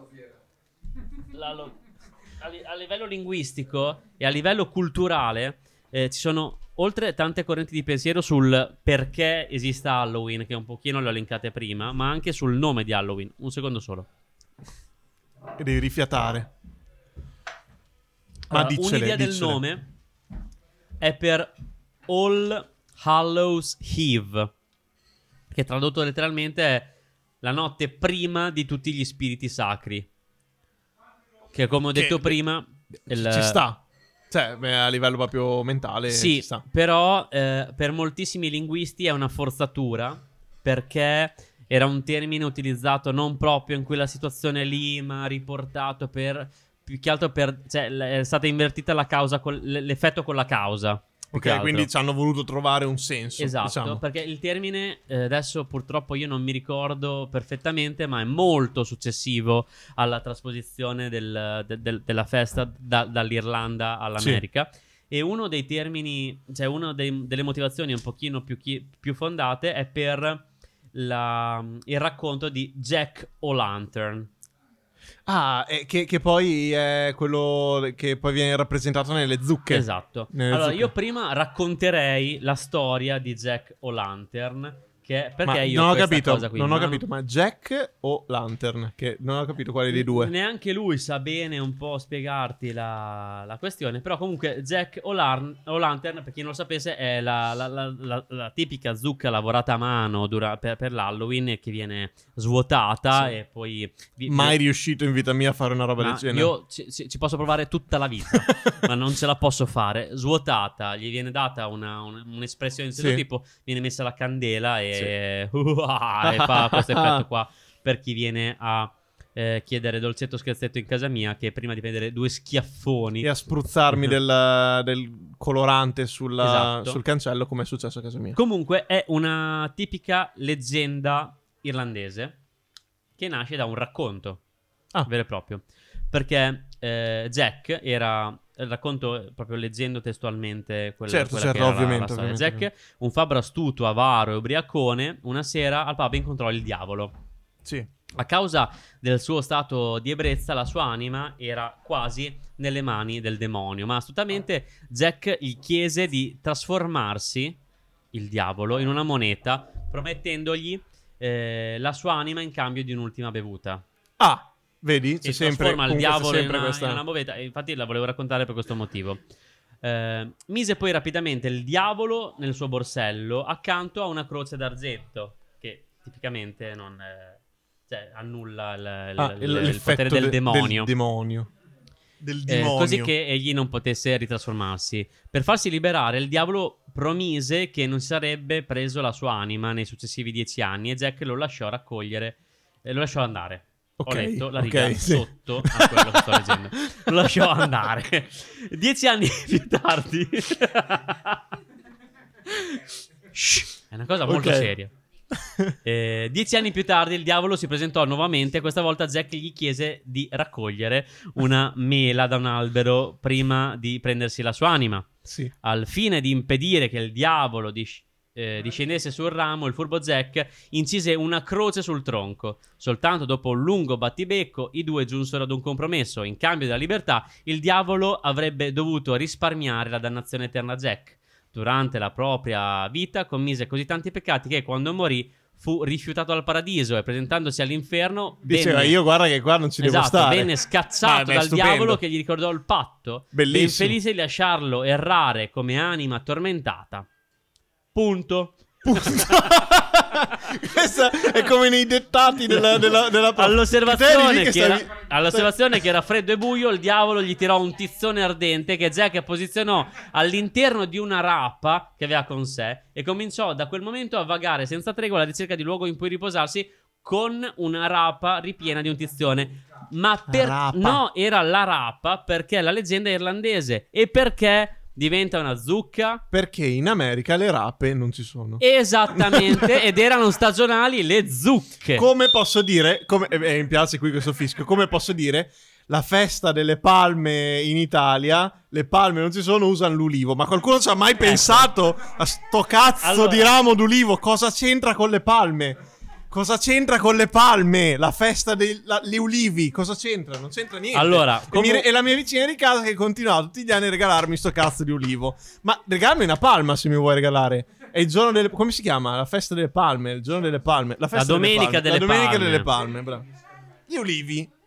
A livello linguistico e a livello culturale ci sono oltre tante correnti di pensiero sul perché esista Halloween, che un pochino le ho elencate prima, ma anche sul nome di Halloween. Un secondo solo. E devi rifiatare. Ma Allora, un'idea del nome è per All Hallows Eve, che tradotto letteralmente è la notte prima di tutti gli spiriti sacri. Che come ho detto prima... Ci sta. Cioè, a livello proprio mentale sì, ci sta. però per moltissimi linguisti è una forzatura, perché era un termine utilizzato non proprio in quella situazione lì, ma riportato per... più che altro per... cioè, è stata invertita la causa l'effetto con la causa. Ok, quindi ci hanno voluto trovare un senso. Esatto, diciamo. perché il termine, adesso purtroppo io non mi ricordo perfettamente, ma è molto successivo alla trasposizione della festa dall'Irlanda all'America. Sì. E uno dei termini, cioè delle motivazioni un pochino più fondate è per il racconto di Jack O'Lantern. Ah, che poi è quello che poi viene rappresentato nelle zucche. Esatto. Allora, io prima racconterei la storia di Jack O'Lantern, che perché ma io non ho questa capito, cosa qui, non ho capito, ma Jack o Lantern? Che non ho capito quale dei due. Neanche lui sa bene un po' spiegarti la questione, però comunque Jack O'Lantern, per chi non lo sapesse, è la tipica zucca lavorata a mano per l'Halloween, che viene svuotata, sì. E poi... Mai riuscito in vita mia a fare una roba del genere. Io ci posso provare tutta la vita, ma non ce la posso fare. Svuotata, gli viene data un'espressione di questo tipo, viene messa la candela e fa questo effetto qua per chi viene a chiedere dolcetto scherzetto in casa mia, che prima di prendere 2 schiaffoni e a spruzzarmi del colorante esatto. sul cancello, come è successo a casa mia. Comunque è una tipica leggenda irlandese che nasce da un racconto vero e proprio, perché Jack era... Il racconto proprio leggendo testualmente quella che era ovviamente, la storia. Jack, un fabbro astuto, avaro e ubriacone, una sera al pub incontrò il diavolo. Sì. A causa del suo stato di ebbrezza, la sua anima era quasi nelle mani del demonio. Ma astutamente Jack gli chiese di trasformarsi, il diavolo, in una moneta, promettendogli la sua anima in cambio di un'ultima bevuta. Ah! Vedi? C'è sempre, trasforma il diavolo in questa... una movetta. Infatti la volevo raccontare per questo motivo. Mise poi rapidamente il diavolo nel suo borsello accanto a una croce d'argento, che tipicamente non annulla il potere del demonio. Del demonio. Così che egli non potesse ritrasformarsi. Per farsi liberare, il diavolo promise che non sarebbe preso la sua anima nei successivi 10 anni, e Jack lo lasciò raccogliere e lo lasciò andare. Ho letto la riga sotto a quello che sto leggendo. Lo lasciò andare. 10 anni più tardi. È una cosa molto seria. 10 anni più tardi il diavolo si presentò nuovamente. Questa volta Jack gli chiese di raccogliere una mela da un albero prima di prendersi la sua anima. Sì. Al fine di impedire che il diavolo discendesse sul ramo, il furbo Jack incise una croce sul tronco. Soltanto dopo un lungo battibecco i due giunsero ad un compromesso. In cambio della libertà, il diavolo avrebbe dovuto risparmiare la dannazione eterna a Jack. Durante la propria vita commise così tanti peccati che quando morì fu rifiutato dal paradiso, e presentandosi all'inferno diceva io guarda che qua non ci devo stare. Venne scacciato dal diavolo, che gli ricordò il patto. Bellissimo. Ben felice di lasciarlo errare come anima tormentata. Punto. Questa è come nei dettati della all'osservazione che era freddo e buio, il diavolo gli tirò un tizzone ardente che Jack posizionò all'interno di una rapa che aveva con sé, e cominciò da quel momento a vagare senza tregua alla ricerca di luogo in cui riposarsi, con una rapa ripiena di un tizzone. Ma no, era la rapa perché la leggenda è irlandese. E perché diventa una zucca? Perché in America le rape non ci sono. Esattamente. Ed erano stagionali le zucche. Come posso dire, mi piace qui questo fischio, come posso dire, la festa delle palme in Italia, le palme non ci sono, usano l'ulivo. Ma qualcuno ci ha mai pensato a sto cazzo di ramo d'ulivo? Cosa c'entra con le palme? Cosa c'entra con le palme? La festa degli ulivi, cosa c'entra? Non c'entra niente. Allora, e la mia vicina di casa che continua tutti gli anni a regalarmi sto cazzo di ulivo. Ma regalami una palma se mi vuoi regalare. È il giorno delle... Come si chiama? La festa delle palme, il giorno delle palme. La domenica delle palme, bravo. Gli ulivi.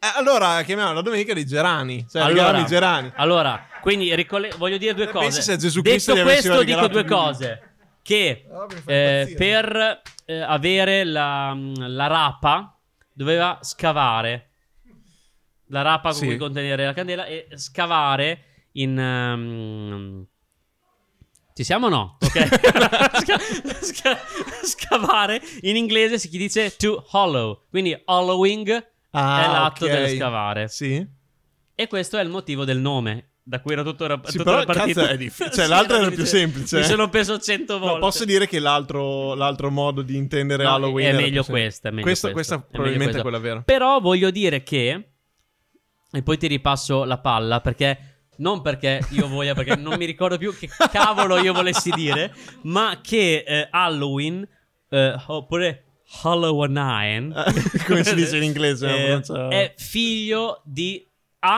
Allora chiamiamo la domenica dei Gerani. Cioè, Allora, regalano i Gerani. allora, quindi voglio dire due Pensi cose. se Gesù Cristo Detto gli avesse questo, dico regalato due più- cose. Che mi fai impazzire. per avere la rapa doveva scavare. La rapa con Sì. cui contenere la candela e scavare in... Ci siamo o no? Ok. Scavare in inglese si dice to hollow. Quindi hollowing è l'atto ok. del scavare. Sì. E questo è il motivo del nome. Da cui era tutto Sì, tutto però era partito. cazzo è difficile. Cioè, l'altro era più difficile. semplice. Mi sono preso 100 volte. No, posso dire che l'altro modo di intendere No, Halloween è era meglio più semplice. questa, è meglio Questa questo. È meglio probabilmente è questo. quella vera. Però voglio dire che, e poi ti ripasso la palla, perché non perché io voglia, perché non mi ricordo più che cavolo io volessi dire, ma che Halloween, oppure Halloween, Come si dice in inglese? è figlio di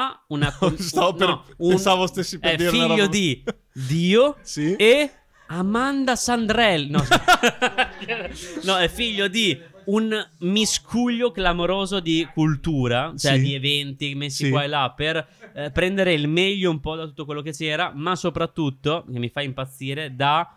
Pensavo stessi per è dire una figlio roba- di Dio Sì. e Amanda Sandrelli. No, no, è figlio di un miscuglio clamoroso di cultura, cioè Sì. di eventi messi Sì. qua e là per prendere il meglio un po' da tutto quello che c'era, ma soprattutto, che mi fa impazzire, da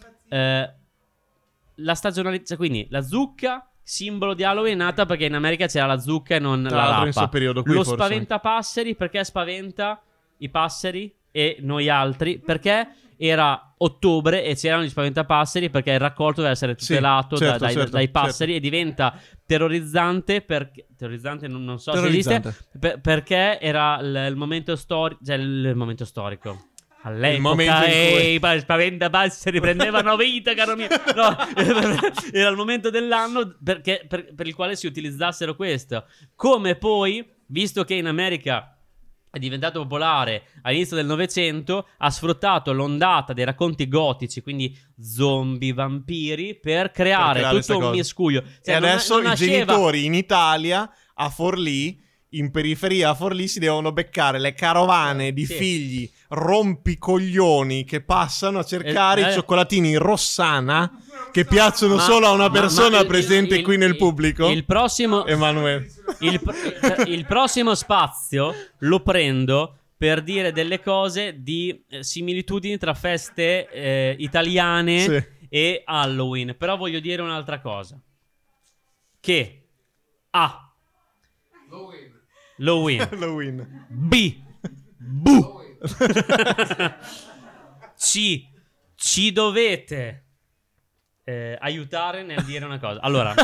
la stagionalità, quindi la zucca, simbolo di Halloween, è nata perché in America c'era la zucca e non Tra la l'altro in rapa. sto periodo qui, Lo forse. spaventapasseri perché spaventa i passeri e noi altri, perché era ottobre e c'erano gli spaventapasseri perché il raccolto deve essere Sì, tutelato certo, dai certo, passeri, e diventa terrorizzante perché terrorizzante non so se esiste, Terrorizzante. perché era il momento storico, cioè il momento storico. All'epoca momento in cui- i spaventapasseri prendevano vita, caro mio. No, era il momento dell'anno per il quale si utilizzassero questo. Come poi, visto che in America è diventato popolare all'inizio del Novecento, ha sfruttato l'ondata dei racconti gotici, quindi zombie, vampiri, per creare creare sta tutto un cosa. miscuglio. E Cioè, non- adesso non i nasceva- genitori in Italia, a Forlì, in periferia a Forlì, si devono beccare le carovane di Sì. figli rompicoglioni che passano a cercare i cioccolatini Rossana che piacciono Ma- solo a una ma- persona ma il- presente il- qui nel il- pubblico. Il prossimo... Emanuele. Il prossimo spazio lo prendo per dire delle cose di similitudini tra feste italiane Sì. e Halloween. Però voglio dire un'altra cosa. Che A. Halloween. Halloween. B. Bu. C. Ci dovete aiutare nel dire una cosa. Allora,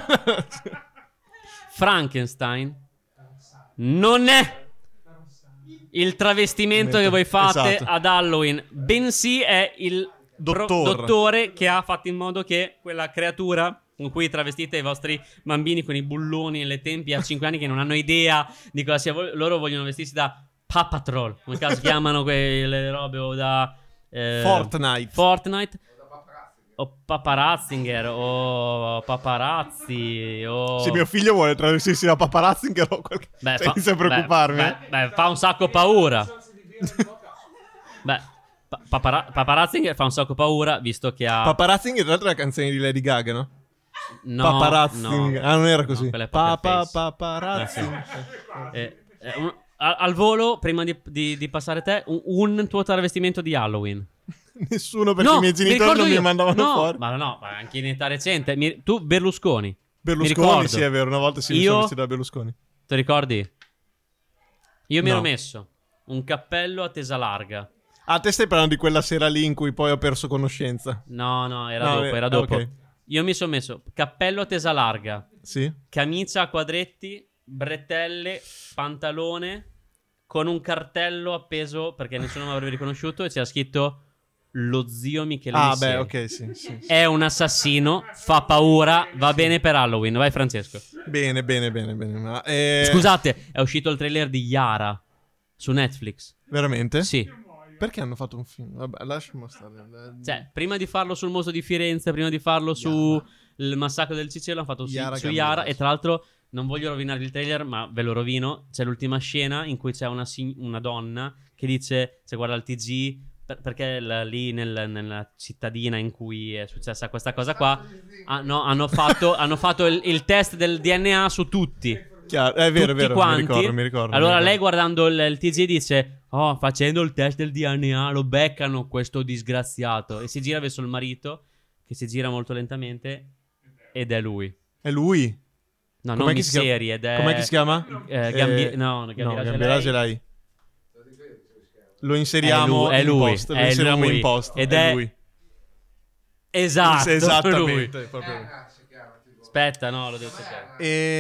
Frankenstein non è il travestimento che voi fate Esatto. ad Halloween, bensì è il dottore che ha fatto in modo che quella creatura con cui travestite i vostri bambini con i bulloni nelle tempie a 5 anni che non hanno idea di cosa sia, loro vogliono vestirsi da Paw Patrol, come caso si chiamano quelle robe, o da Fortnite o Paparazzinger o Paparazzi o... Se mio figlio vuole travestirsi da paparazzi, Beh, inizia a preoccuparmi. beh, fa un sacco paura. Beh, Paparazzi fa un sacco paura, visto che ha... Paparazzi in realtà è la canzone di Lady Gaga, no? No, Paparazzi. no. Ah, non era così. No, quella è Poker Face. Paparazzi. Al volo, prima di passare te, un tuo travestimento di Halloween. Nessuno, perché i miei genitori non mi mandavano no, fuori. ma anche in età recente. Tu, Berlusconi. Mi Berlusconi, ricordo. sì, è vero. Una volta si mi sono vestito da Berlusconi. Ti ricordi? Io mi No. ero messo un cappello a tesa larga. Ah, te stai parlando di quella sera lì in cui poi ho perso conoscenza. No, era No, dopo, era dopo. ok. Io mi sono messo cappello a tesa larga, Sì? camicia a quadretti, bretelle, pantalone, con un cartello appeso perché nessuno mi avrebbe riconosciuto, e c'era scritto lo zio Michele Ah, Misseri. beh, ok, sì. È un assassino, fa paura, va bene per Halloween. Vai Francesco. Bene. Ma, Scusate, è uscito il trailer di Yara su Netflix. Veramente? Sì. Perché hanno fatto un film? Vabbè, lasciamo stare. Cioè, prima di farlo sul mostro di Firenze, prima di farlo su il massacro del Cicello, hanno fatto Yara su Gambino. Yara. E tra l'altro, non voglio rovinare il trailer, ma ve lo rovino. C'è l'ultima scena in cui c'è una donna che dice, se guarda il TG, perché lì nella cittadina in cui è successa questa cosa qua, hanno fatto il test del DNA su tutti. Chiaro. È vero, è tutti vero, quanti. mi ricordo. Allora mi ricordo. lei guardando il TG dice: oh, facendo il test del DNA lo beccano questo disgraziato. E si gira verso il marito, che si gira molto lentamente, ed è lui. È lui? No, Com'è non che si chiama? Misseri, ed è... Com'è che si chiama? Gambirasi è lei. Lo inseriamo È lui, in post. Lo inseriamo in post. Ed è lui. Esatto, Esattamente. lui. Proprio lui. Aspetta, no, lo devo sapere.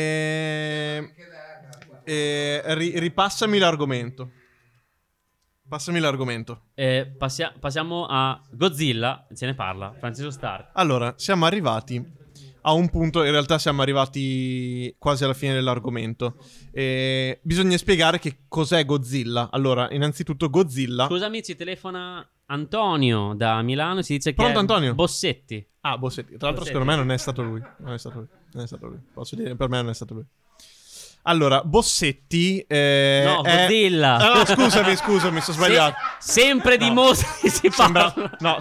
Ripassami l'argomento. Passami l'argomento. Passiamo a Godzilla, se ne parla, Francesco Stark. Allora, siamo arrivati a un punto, in realtà siamo arrivati quasi alla fine dell'argomento. Bisogna spiegare che cos'è Godzilla. Allora, innanzitutto Godzilla... Scusami, ci telefona Antonio da Milano, si dice Pronto, che è Antonio? Bossetti. Ah, Bossetti. Tra l'altro, Bossetti. secondo me non è stato lui. Non è stato lui. Posso dire, per me non è stato lui. Allora, Bossetti No, è... Godzilla. Ah, no, scusami, sto sbagliato. Sempre di mostri si parla.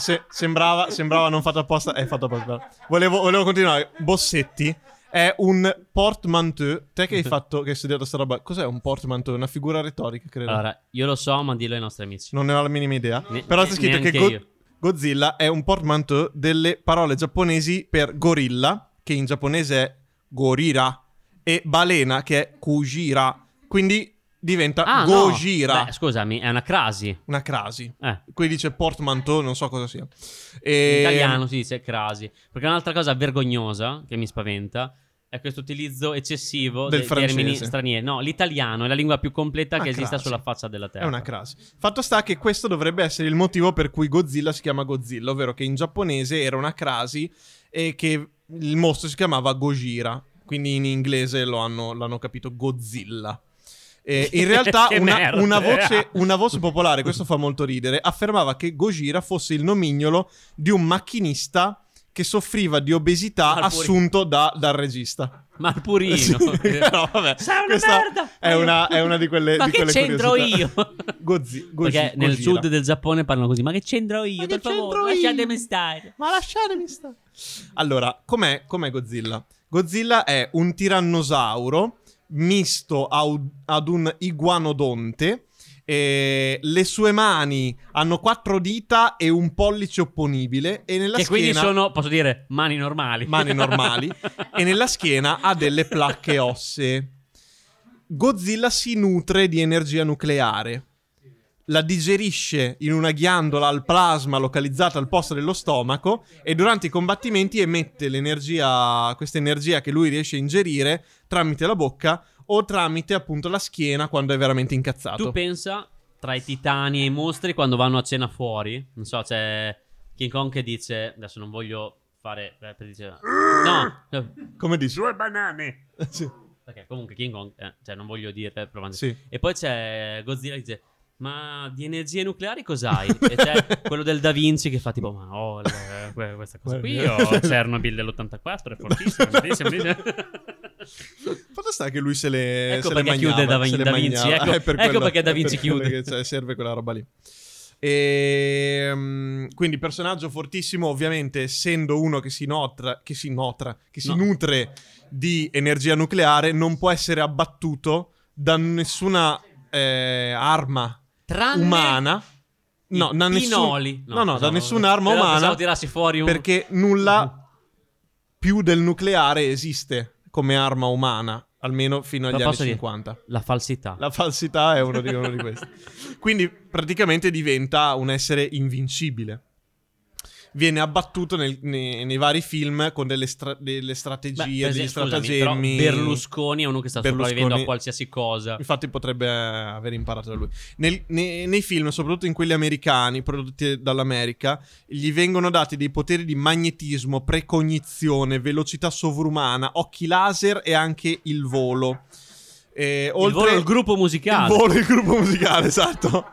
Sembrava non fatto apposta. È fatto apposta. Volevo continuare. Bossetti è un portmanteau. Te che hai fatto, che hai studiato sta roba, cos'è un portmanteau? Una figura retorica, credo. Allora, io lo so, ma dillo ai nostri amici. Non ne ho la minima idea. Però c'è scritto che neanche io. Godzilla è un portmanteau delle parole giapponesi per gorilla, che in giapponese è gorira, e balena, che è kujira. Quindi diventa Gojira. No. Beh, scusami, è una crasi. Una crasi. In Qui dice portmanteau, non so cosa sia. italiano si dice crasi. Perché un'altra cosa vergognosa che mi spaventa è questo utilizzo eccessivo Del dei termini francese. stranieri. No, l'italiano è la lingua più completa Una che esista crasi. sulla faccia della terra. È una crasi. Fatto sta che questo dovrebbe essere il motivo per cui Godzilla si chiama Godzilla, ovvero che in giapponese era una crasi e che il mostro si chiamava Gojira. Quindi in inglese l'hanno capito Godzilla. In realtà Che merda. una voce popolare, questo fa molto ridere, affermava che Gojira fosse il nomignolo di un macchinista che soffriva di obesità assunto dal regista. Ma il purino. Sì. No, vabbè. Sei una Questa merda. è una di quelle Ma di che quelle c'entro curiosità. io? Perché nel Gojira. sud del Giappone parlano così. Ma che c'entro io? Ma Per che favore, c'entro io? lasciatemi stare. Ma lasciatemi stare. Allora, com'è Godzilla? Godzilla è un tirannosauro misto ad un iguanodonte. Le sue mani hanno 4 dita e un pollice opponibile. E nella Che schiena... quindi sono, posso dire, mani normali. Mani normali. E nella schiena ha delle placche ossee. Godzilla si nutre di energia nucleare. La digerisce in una ghiandola al plasma localizzata al posto dello stomaco e durante i combattimenti emette questa energia che lui riesce a ingerire tramite la bocca o tramite appunto la schiena quando è veramente incazzato. Tu pensa, tra i titani e i mostri, quando vanno a cena fuori, non so, c'è King Kong che dice, adesso non voglio fare, dice, no, Come dici? 2 banane. Sì. Perché comunque King Kong, cioè non voglio dire, provando. Sì. E poi c'è Godzilla che dice, ma di energie nucleari cos'hai? E c'è quello del Da Vinci che fa tipo, ma questa cosa qui, Chernobyl dell'84 è fortissimo, bellissimo. Fatto sta che lui se le Ecco se le perché mangiava, chiude Da se le Vinci, mangiava. ecco perché Da Vinci è per quello chiude. che, serve quella roba lì. Quindi personaggio fortissimo, ovviamente essendo uno che si nutre di energia nucleare, non può essere abbattuto da nessuna arma Tranne umana. No, da pinoli. da nessuna arma umana. Pensavo tirassi fuori un... Perché nulla più del nucleare esiste come arma umana, almeno fino agli Però anni posso dire, 50. la falsità. La falsità è uno di questi. Quindi praticamente diventa un essere invincibile. Viene abbattuto nei vari film con delle strategie, degli stratagemmi. Però Berlusconi è uno che sta sopravvivendo a qualsiasi cosa. Infatti potrebbe aver imparato da lui. Nei film, soprattutto in quelli americani, prodotti dall'America, gli vengono dati dei poteri di magnetismo, precognizione, velocità sovrumana, occhi laser e anche il volo. Oltre il gruppo musicale. Il gruppo musicale, esatto.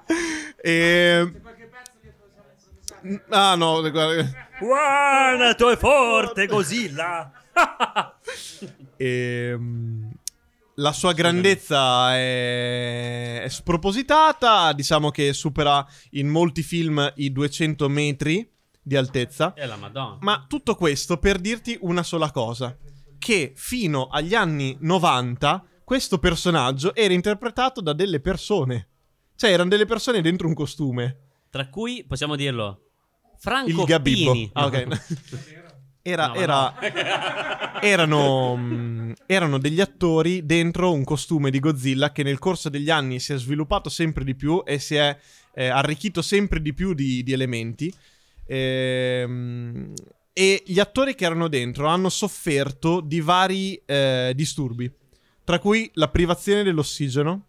No, Guarda, tu è forte, Godzilla. La sua grandezza è spropositata. Diciamo che supera in molti film i 200 metri di altezza. È la Madonna. Ma tutto questo per dirti una sola cosa: che fino agli anni 90 questo personaggio era interpretato da delle persone. Cioè, erano delle persone dentro un costume. Tra cui, possiamo dirlo, Franco Il Gabibbo. Fini. Ah, ok. Erano degli attori dentro un costume di Godzilla che nel corso degli anni si è sviluppato sempre di più e si è arricchito sempre di più di elementi. E gli attori che erano dentro hanno sofferto di vari disturbi, tra cui la privazione dell'ossigeno,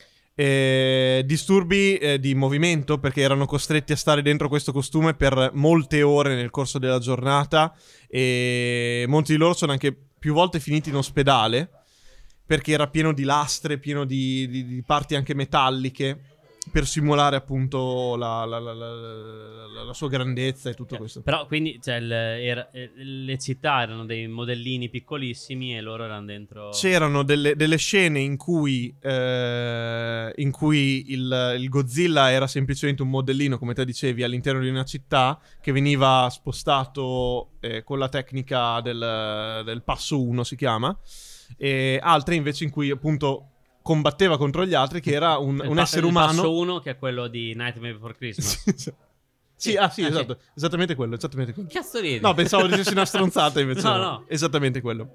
disturbi di movimento perché erano costretti a stare dentro questo costume per molte ore nel corso della giornata, e molti di loro sono anche più volte finiti in ospedale perché era pieno di lastre, pieno di parti anche metalliche, per simulare appunto la sua grandezza e tutto questo. Però quindi le città erano dei modellini piccolissimi e loro erano dentro. C'erano delle scene in cui il Godzilla era semplicemente un modellino, come te dicevi, all'interno di una città che veniva spostato con la tecnica del passo 1 si chiama, e altre invece in cui appunto combatteva contro gli altri, che era un essere umano. Il passo 1 che è quello di Nightmare Before Christmas. Sì, esatto. Esattamente quello. Cazzo ridi? No, pensavo dicessi una stronzata invece. No. Esattamente quello.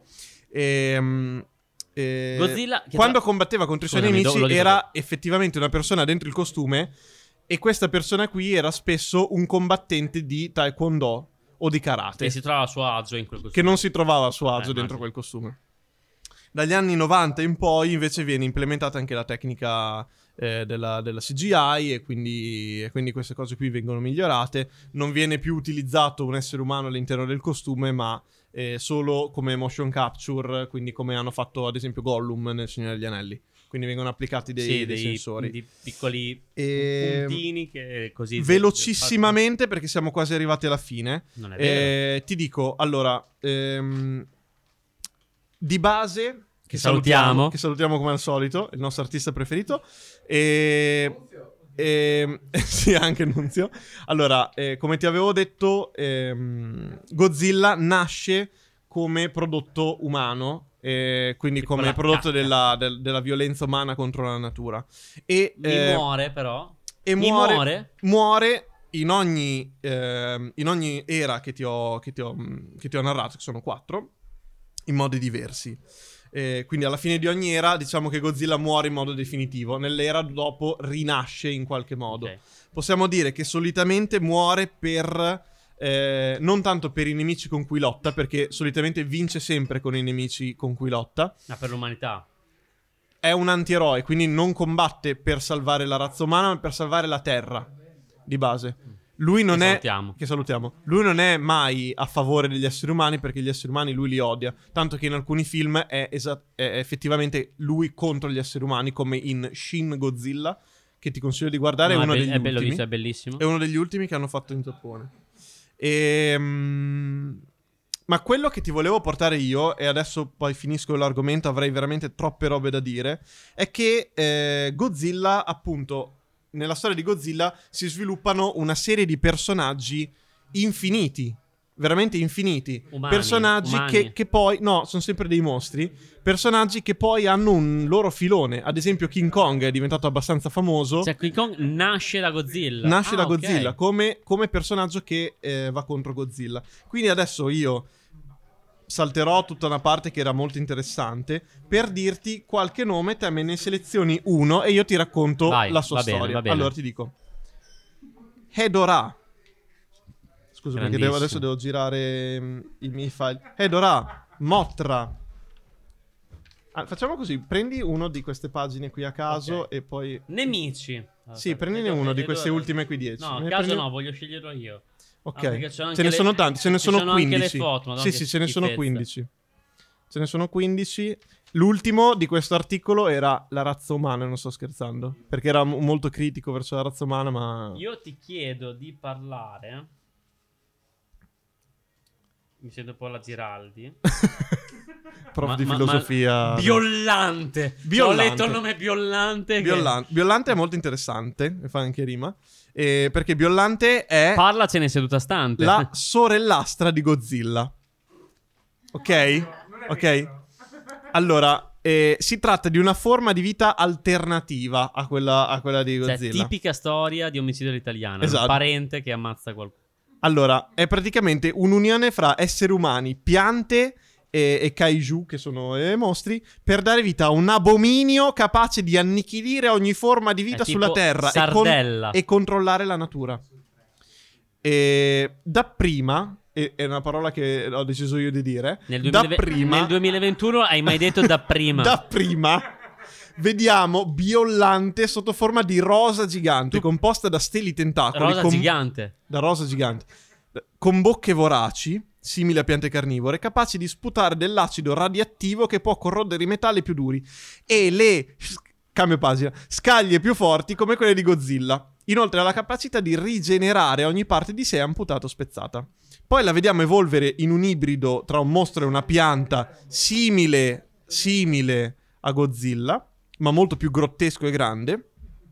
Godzilla, quando combatteva contro i suoi nemici era effettivamente una persona dentro il costume, e questa persona qui era spesso un combattente di taekwondo o di karate. Che si trova a suo agio in quel costume. Che non si trovava a suo agio dentro quel costume. Dagli anni 90 in poi invece viene implementata anche la tecnica della CGI, e quindi queste cose qui vengono migliorate. Non viene più utilizzato un essere umano all'interno del costume, ma solo come motion capture, quindi come hanno fatto ad esempio Gollum nel Signore degli Anelli. Quindi vengono applicati dei sensori. Di piccoli puntini che così. Velocissimamente, perché siamo quasi arrivati alla fine. Non è vero. Ti dico, allora, di base, che salutiamo come al solito, il nostro artista preferito, sì, anche Nunzio. Allora, come ti avevo detto, Godzilla nasce come prodotto umano, quindi come prodotto della violenza umana contro la natura, e muore però, e muore in ogni era che ti ho narrato, che sono 4, in modi diversi. Quindi alla fine di ogni era diciamo che Godzilla muore in modo definitivo. Nell'era dopo rinasce in qualche modo. Okay. Possiamo dire che solitamente muore per non tanto per i nemici con cui lotta, perché solitamente vince sempre con i nemici con cui lotta, ma per l'umanità. È un antieroe, quindi non combatte per salvare la razza umana, ma per salvare la Terra di base. Lui non salutiamo. Lui non è mai a favore degli esseri umani, perché gli esseri umani lui li odia. Tanto che in alcuni film è effettivamente lui contro gli esseri umani, come in Shin Godzilla, che ti consiglio di guardare. È uno degli ultimi. Visto, è bellissimo. È uno degli ultimi che hanno fatto in Giappone. Ma quello che ti volevo portare io, e adesso poi finisco l'argomento, avrei veramente troppe robe da dire, è che Godzilla, appunto, nella storia di Godzilla si sviluppano una serie di personaggi infiniti, veramente infiniti. Personaggi che poi, no, sono sempre dei mostri, personaggi che poi hanno un loro filone. Ad esempio King Kong è diventato abbastanza famoso. Cioè King Kong nasce da Godzilla. Nasce da Godzilla, come personaggio che va contro Godzilla. Quindi adesso io salterò tutta una parte che era molto interessante per dirti qualche nome, te me ne selezioni uno e io ti racconto la sua storia. Bene. Allora ti dico Hedorah. Scusa, perché adesso devo girare i miei file. Hedorah, Mothra. Facciamo così, prendi uno di queste pagine qui a caso, e poi nemici. Sì, prendine uno di queste ultime qui 10. No, a caso no, voglio sceglierlo io. Ok, ce ne sono tanti, ce ne sono 15. Anche le foto, sì, ce ne sono 15. Ce ne sono 15. L'ultimo di questo articolo era la razza umana, non sto scherzando, perché era molto critico verso la razza umana, ma... Io ti chiedo di parlare... Mi sento un po' la Giraldi. Prof di filosofia. Biollante. Ho letto il nome Biollante. Biollante è molto interessante, e fa anche rima. Perché Biollante è... Parlacene seduta stante. La sorellastra di Godzilla. Ok? Ok? Allora, Si tratta di una forma di vita alternativa a quella di Cioè, Godzilla. tipica storia di omicidio all'italiano. Esatto. Un parente che ammazza qualcuno. Allora, è praticamente un'unione fra esseri umani, piante e kaiju, che sono mostri, per dare vita a un abominio capace di annichilire ogni forma di vita È tipo sulla Terra Sardella. e controllare la natura. Dapprima, è una parola che ho deciso io di dire, Nel dapprima... nel 2021 hai mai detto dapprima? Dapprima vediamo Biollante sotto forma di rosa gigante, composta da steli tentacoli. Rosa gigante. Da rosa gigante. Con bocche voraci, simili a piante carnivore, capaci di sputare dell'acido radioattivo che può corrodere i metalli più duri. E cambio pagina, scaglie più forti come quelle di Godzilla. Inoltre ha la capacità di rigenerare ogni parte di sé amputata o spezzata. Poi la vediamo evolvere in un ibrido tra un mostro e una pianta simile a Godzilla, ma molto più grottesco e grande.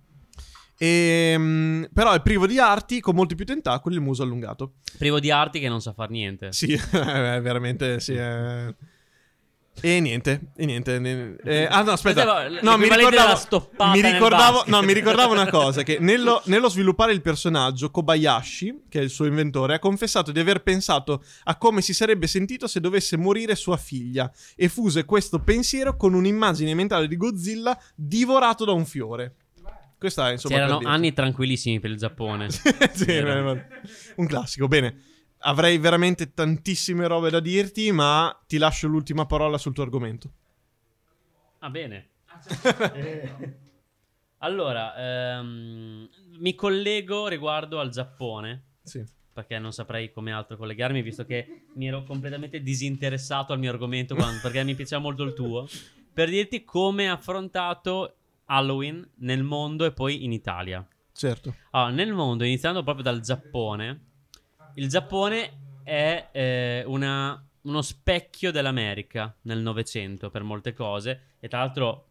Però è privo di arti, con molti più tentacoli e il muso allungato. Privo di arti che non sa far niente. Sì, veramente sì. E niente. No, aspetta. No, mi ricordavo una cosa, che nello sviluppare il personaggio, Kobayashi, che è il suo inventore, ha confessato di aver pensato a come si sarebbe sentito se dovesse morire sua figlia e fuse questo pensiero con un'immagine mentale di Godzilla divorato da un fiore. Questa è, insomma, C'erano per dirti. anni tranquillissimi per il Giappone. Sì, un classico. Bene, avrei veramente tantissime robe da dirti, ma ti lascio l'ultima parola sul tuo argomento. Ah, bene. Allora, mi collego riguardo al Giappone, Sì. perché non saprei come altro collegarmi, visto che mi ero completamente disinteressato al mio argomento, perché mi piaceva molto il tuo, per dirti come ha affrontato Halloween nel mondo e poi in Italia. Certo. Allora, nel mondo, iniziando proprio dal Giappone, il Giappone è uno specchio dell'America nel Novecento per molte cose, e tra l'altro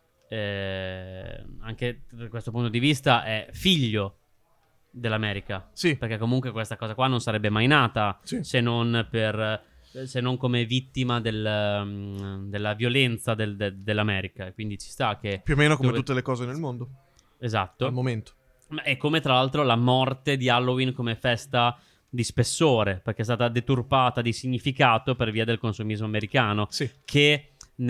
anche da questo punto di vista è figlio dell'America. Sì. Perché comunque questa cosa qua non sarebbe mai nata, Sì. se non come vittima della violenza dell'America. Quindi ci sta che... Più o meno come tutte le cose nel mondo, Esatto. al momento. E come tra l'altro la morte di Halloween come festa di spessore, perché è stata deturpata di significato per via del consumismo americano, Sì. che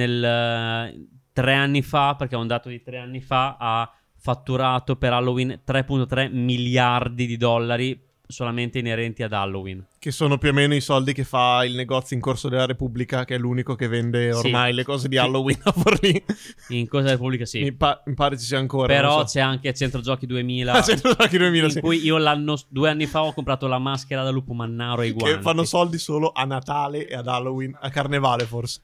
3 anni fa, perché è un dato di 3 anni fa, ha fatturato per Halloween 3,3 miliardi di dollari solamente inerenti ad Halloween. Che sono più o meno i soldi che fa il negozio in Corso della Repubblica, che è l'unico che vende ormai le cose di Halloween a Forlì. In Corso della Repubblica sì. Mi pare ci sia ancora. Però non so. c'è anche Centro Giochi 2000, Centro Giochi 2000, in sì. cui io 2 anni fa ho comprato la maschera da lupo mannaro e i guanti. Che fanno soldi solo a Natale e ad Halloween, a Carnevale forse.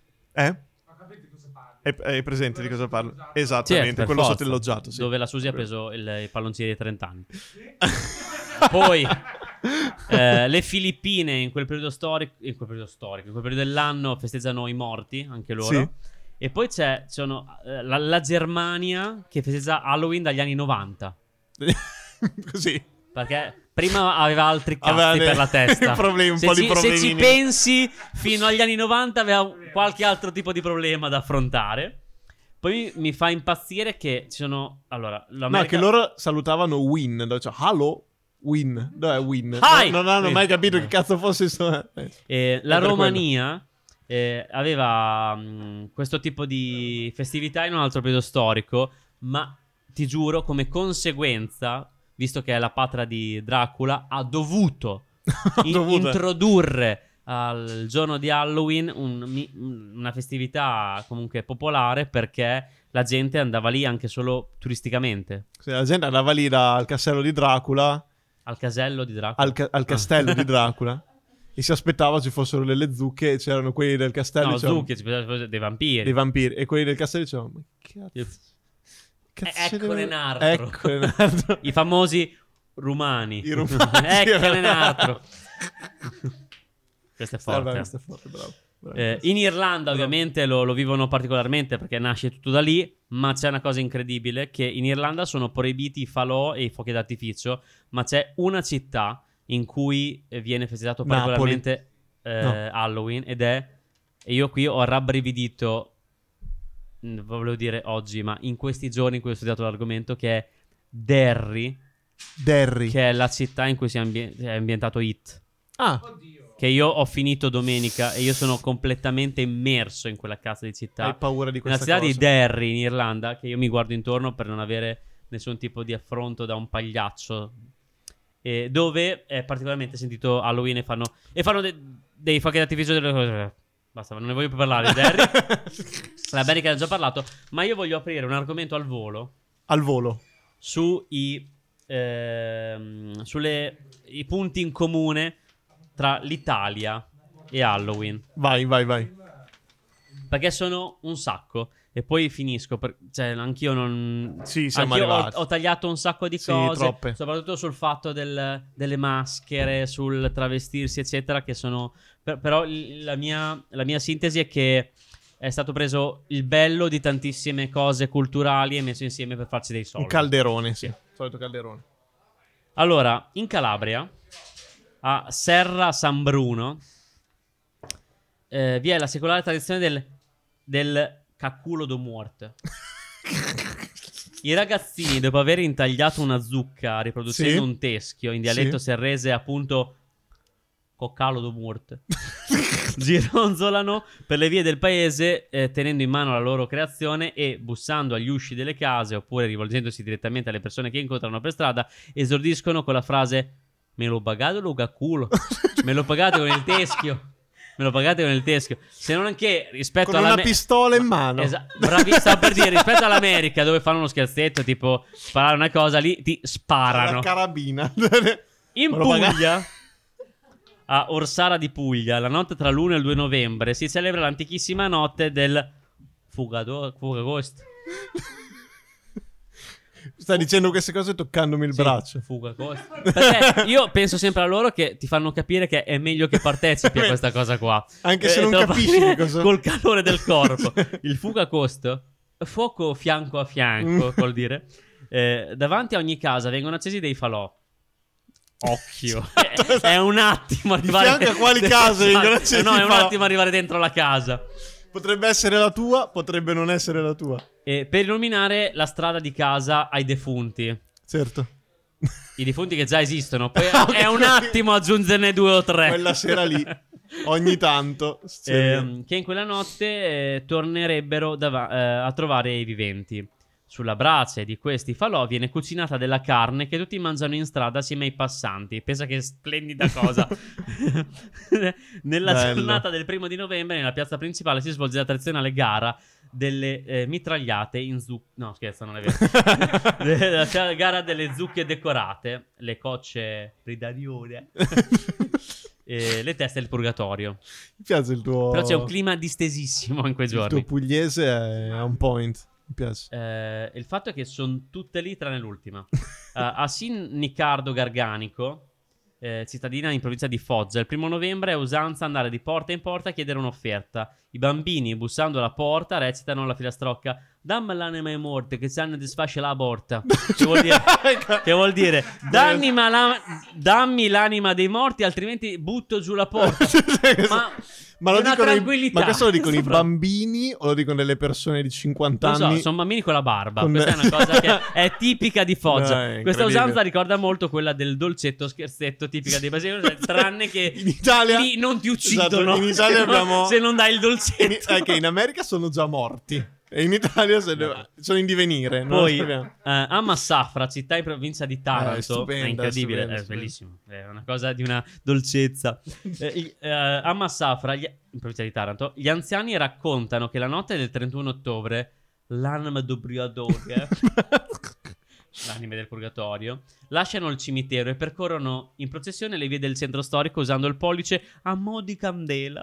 Hai presente di cosa parlo? Esattamente, Sì, per quello forza. sotto il loggiato, sì. Dove la Susi ha preso i palloncini dei 30 anni. Poi le Filippine in quel periodo storico, in quel periodo dell'anno festeggiano i morti, anche loro. Sì. E poi sono la Germania che festeggia Halloween dagli anni 90. Così. Perché prima aveva altri cazzi per la testa. Problemi, Se di problemini. ci pensi, fino agli anni 90 aveva qualche altro tipo di problema da affrontare. Poi mi fa impazzire che ci sono... Allora, No, che loro salutavano Win, cioè hello Win, dov'è Win? Hi! Non hanno Win. mai capito che cazzo fosse La per Romania aveva questo tipo di festività in un altro periodo storico, ma ti giuro, come conseguenza, visto che è la patria di Dracula, ha dovuto introdurre al giorno di Halloween una festività comunque popolare, perché la gente andava lì anche solo turisticamente. Sì, la gente andava lì al castello di Dracula, Al casello di Dracula. al castello di Dracula, e si aspettava ci fossero delle zucche, e c'erano quelli del castello, No, dicevano, zucche, dei vampiri. dei vampiri, e quelli del castello dicevano, ma cazzo Eccone un altro. Eccone un altro. I famosi rumani. I rumani, Eccone un altro. Questo è forte. Vabbè, questo è forte, bravo. In Irlanda ovviamente lo vivono particolarmente, perché nasce tutto da lì. Ma c'è una cosa incredibile, che in Irlanda sono proibiti i falò e i fuochi d'artificio, ma c'è una città in cui viene festeggiato particolarmente Halloween, ed è... E io qui ho rabbrividito volevo dire oggi, ma in questi giorni in cui ho studiato l'argomento, che è Derry, che è la città in cui è ambientato It. Ah, Che io ho finito domenica e io sono completamente immerso in quella cazzo di città. hai paura di Nella questa città cosa? di Derry in Irlanda, che io mi guardo intorno per non avere nessun tipo di affronto da un pagliaccio. Dove è particolarmente sentito Halloween e fanno dei fuochi d'artificio delle cose. Basta, non ne voglio più parlare di Derry. L'America ne ha già parlato. Ma io voglio aprire un argomento al volo. Al volo. Sui punti in comune tra l'Italia e Halloween. Vai. Perché sono un sacco. E poi finisco. Cioè, anch'io non. Sì, siamo anch'io arrivati. ho tagliato un sacco di Sì, cose. troppe. Soprattutto sul fatto delle maschere, sul travestirsi, eccetera. Che sono. Però la mia sintesi è che è stato preso il bello di tantissime cose culturali e messo insieme per farci dei soldi. Un calderone, sì. Solito calderone. Allora, in Calabria, a Serra San Bruno, vi è la secolare tradizione del caculo do muerte. I ragazzini, dopo aver intagliato una zucca riproducendo Sì. un teschio in dialetto Sì. serrese, appunto coccalo do muerte, gironzolano per le vie del paese, tenendo in mano la loro creazione e bussando agli usci delle case oppure rivolgendosi direttamente alle persone che incontrano per strada, esordiscono con la frase: me lo pagate lo cacculo, me lo pagate con il teschio, me lo pagate con il teschio. Se non anche rispetto Con una pistola in mano. Stavo per dire, rispetto all'America dove fanno uno scherzetto tipo sparare una cosa, lì ti sparano. La carabina. In Me lo paga- Puglia, a Orsara di Puglia, la notte tra l'1 e il 2 novembre, si celebra l'antichissima notte del Fugagost. Sta dicendo queste cose toccandomi il Sì, braccio. Fugagost. Perché io penso sempre a loro che ti fanno capire che è meglio che partecipi a questa cosa qua. Anche se non te lo capisci fai che cosa- col calore del corpo. Il Fugagost, fuoco fianco a fianco, vuol dire. Davanti a ogni casa vengono accesi dei falò. Occhio, è un attimo arrivare fianco a quali case vengono accesi No, i è un falò? attimo arrivare dentro la casa. Potrebbe essere la tua, potrebbe non essere la tua. Per illuminare la strada di casa ai defunti. Certo. I defunti che già esistono. Poi Ok. è un attimo aggiungerne 2 o 3. Quella sera lì, ogni tanto. Che in quella notte tornerebbero a trovare i viventi. Sulla brace di questi falò viene cucinata della carne che tutti mangiano in strada assieme ai passanti. Pensa che splendida cosa. Nella Bello. giornata del 1 di novembre, nella piazza principale, si svolge la tradizionale gara delle mitragliate in zucche. No, scherzo, non è vero. La gara delle zucche decorate, le cocce ridarione e le teste del purgatorio. Mi piace il tuo... Però c'è un clima distesissimo in quei Il tuo giorni. pugliese è on point. Mi piace. Il fatto è che sono tutte lì tranne l'ultima. A Sin Nicardo Garganico, cittadina in provincia di Foggia, il 1 novembre è usanza andare di porta in porta a chiedere un'offerta. I bambini, bussando alla porta, recitano la filastrocca: dammi l'anima ai morti che sanno disfasce la porta. Che vuol dire dammi l'anima dei morti, altrimenti butto giù la porta. Ma lo una dicono tranquillità. ma questo lo dicono i Sopra. bambini o lo dicono delle persone di 50 Non anni? so, sono bambini con la barba. Con- Questa è una cosa che è tipica di Foggia. Dai, Questa incredibile. usanza ricorda molto quella del dolcetto scherzetto tipica dei brasiliani, cioè, tranne che In Italia lì non ti uccidono. Esatto, in Italia se no- abbiamo- se non dai il dolcetto. Che in America sono già morti. E in Italia sono in divenire. non Poi lo sappiamo. a Massafra, città in provincia di Taranto, stupenda, è incredibile, stupenda, è bellissimo, è una cosa di una dolcezza. A Massafra, in provincia di Taranto, gli anziani raccontano che la notte del 31 ottobre l'anima do briadore, l'anime del purgatorio, lasciano il cimitero e percorrono in processione le vie del centro storico usando il pollice a mo' di candela.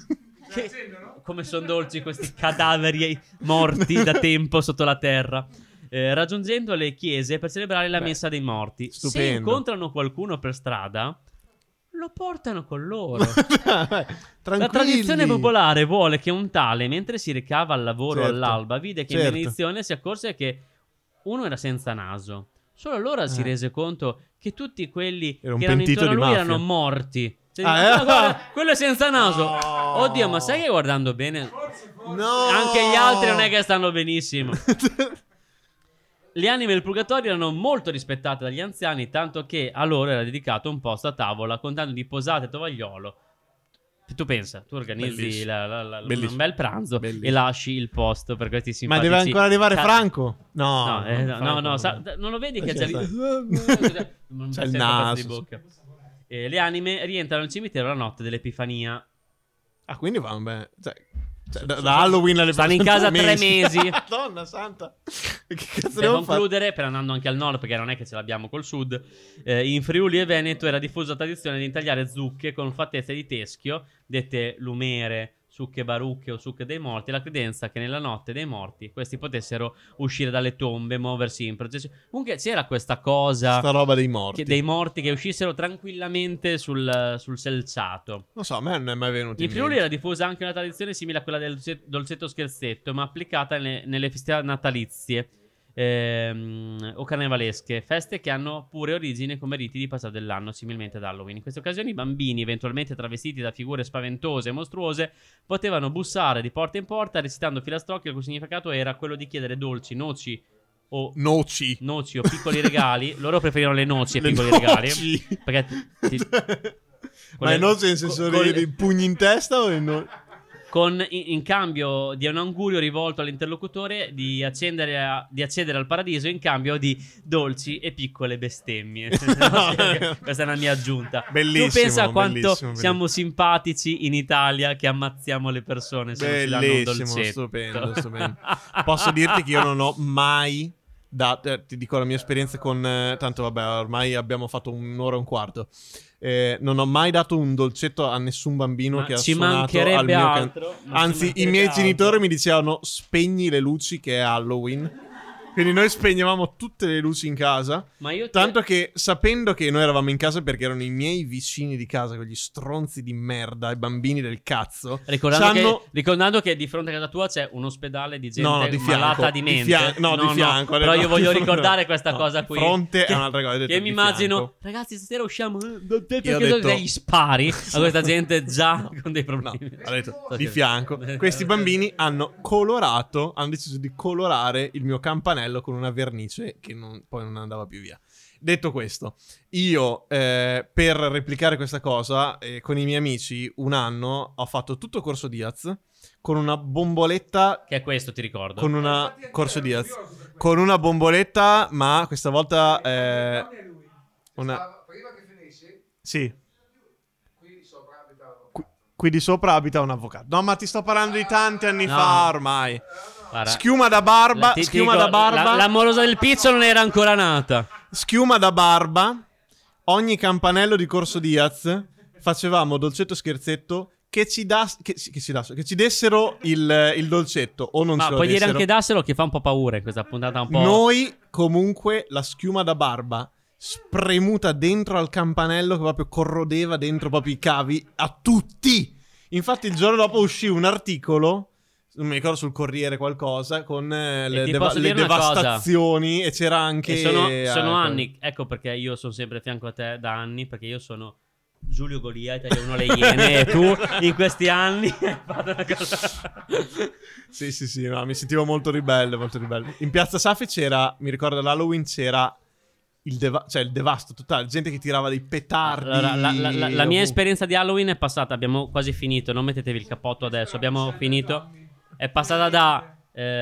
Come sono dolci questi cadaveri morti da tempo sotto la terra. Raggiungendo le chiese per celebrare la messa dei morti. Se stupendo. incontrano qualcuno per strada, lo portano con loro. La Tranquilli. tradizione popolare vuole che un tale, mentre si recava al lavoro Certo, all'alba, vide che in certo. benedizione si accorse che uno era senza naso. Solo allora si rese conto che tutti quelli Era un che erano pentito intorno a di lui mafia. erano morti. Cioè, Ah, guarda, quello è senza naso. No. Oddio, ma sai che guardando bene No! Anche gli altri non è che stanno benissimo. Le anime del purgatorio erano molto rispettate dagli anziani, tanto che a loro era dedicato un posto a tavola con tanto di posate e tovagliolo. Tu pensa, tu organizzi un bel pranzo e lasci il posto per questi simpatici. Ma deve ancora arrivare Franco? No, no, non lo vedi che c'è c'è il naso di bocca. Le anime rientrano al cimitero la notte dell'Epifania. Ah, quindi va bene. Da Halloween alle stanno in casa 3 mesi. Madonna santa. Che cazzo Per concludere, per andando anche al nord, perché non è che ce l'abbiamo col sud, in Friuli e Veneto era diffusa la tradizione di intagliare zucche con fattezze di teschio, dette lumere, sucche barucche o sucche dei morti, la credenza che nella notte dei morti questi potessero uscire dalle tombe, muoversi in processione. Comunque c'era questa cosa, sta roba dei morti, dei morti che uscissero tranquillamente sul selciato. Non so, a me non è mai venuto in Friuli era diffusa anche una tradizione simile a quella del dolcetto scherzetto, ma applicata nelle festività natalizie o carnevalesche, feste che hanno pure origine come riti di passaggio dell'anno, similmente ad Halloween. In queste occasioni i bambini, eventualmente travestiti da figure spaventose e mostruose, potevano bussare di porta in porta recitando filastrocchi, il cui significato era quello di chiedere dolci, noci o piccoli regali. Loro preferivano le noci e piccoli regali perché ma le noci nel senso di pugni in testa o in cambio di un augurio rivolto all'interlocutore di accedere al paradiso in cambio di dolci e piccole bestemmie. Questa è una mia aggiunta. Bellissimo. Tu pensa a quanto siamo simpatici in Italia che ammazziamo le persone se non ci danno un dolcetto. Stupendo. Posso dirti che io non ho mai ti dico la mia esperienza con tanto vabbè, ormai abbiamo fatto un'ora e un quarto. Non ho mai dato un dolcetto a nessun bambino che ha suonato al mio altro. Anzi, i miei genitori mi dicevano spegni le luci che è Halloween. Quindi noi spegnevamo tutte le luci in casa. Tanto che sapendo che noi eravamo in casa perché erano i miei vicini di casa, quegli stronzi di merda, i bambini del cazzo. Ricordando che di fronte a casa tua c'è un ospedale di gente malata di mente. Di fianco. Però io voglio ricordare questa cosa qui. Fronte è un'altra cosa. Che mi immagino, ragazzi, stasera usciamo. Gli spari a questa gente già con dei problemi. Ho detto di fianco. Questi bambini hanno deciso di colorare il mio campanello con una vernice che poi non andava più via. Detto questo, io per replicare questa cosa con i miei amici un anno ho fatto tutto Corso Diaz con una bomboletta, che è questo, ti ricordo, con una Corso Diaz con una bomboletta, ma questa volta prima che finisci, sì, qui di sopra abita un avvocato. No, ma ti sto parlando di tanti anni fa ormai. Guarda, schiuma da barba. L'amorosa del pizzo non era ancora nata. Schiuma da barba. Ogni campanello di Corso Diaz facevamo dolcetto scherzetto che ci dessero il dolcetto o non ce lo dessero. Ma puoi dire anche dassero, che fa un po' paura in questa puntata un po'. Noi comunque la schiuma da barba spremuta dentro al campanello che proprio corrodeva dentro proprio i cavi a tutti. Infatti il giorno dopo uscì un articolo, non mi ricordo, sul Corriere qualcosa, con le devastazioni e c'era anche sono anni, ecco perché io sono sempre a fianco a te da anni, perché io sono Giulio Golia, uno le Iene, e tu in questi anni hai fatto una cosa. sì, no, mi sentivo molto ribelle. In Piazza Safi c'era, mi ricordo all'Halloween c'era il devasto totale, gente che tirava dei petardi. Allora, la mia esperienza di Halloween è passata, abbiamo quasi finito, non mettetevi il cappotto adesso, abbiamo finito. È passata da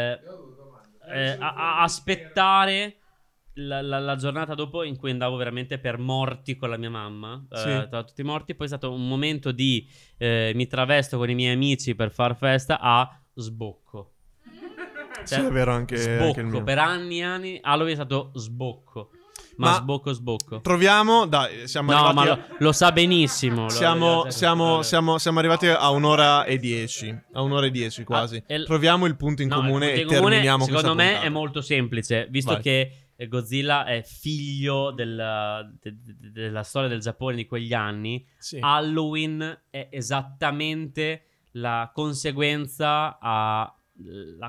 aspettare la giornata dopo, in cui andavo veramente per morti con la mia mamma, tra tutti i morti. Poi è stato un momento di mi travesto con i miei amici per far festa a sbocco. Sì, è vero, anche il mio. Per anni Halloween è stato sbocco. Ma sbocco. Troviamo, dai, siamo arrivati. Ma lo sa benissimo. Siamo arrivati a un'ora e 10. A un'ora e 10 quasi. Troviamo il punto in comune e terminiamo questa secondo me puntata. È molto semplice, visto che Godzilla è figlio della storia del Giappone di quegli anni. Sì. Halloween è esattamente la conseguenza il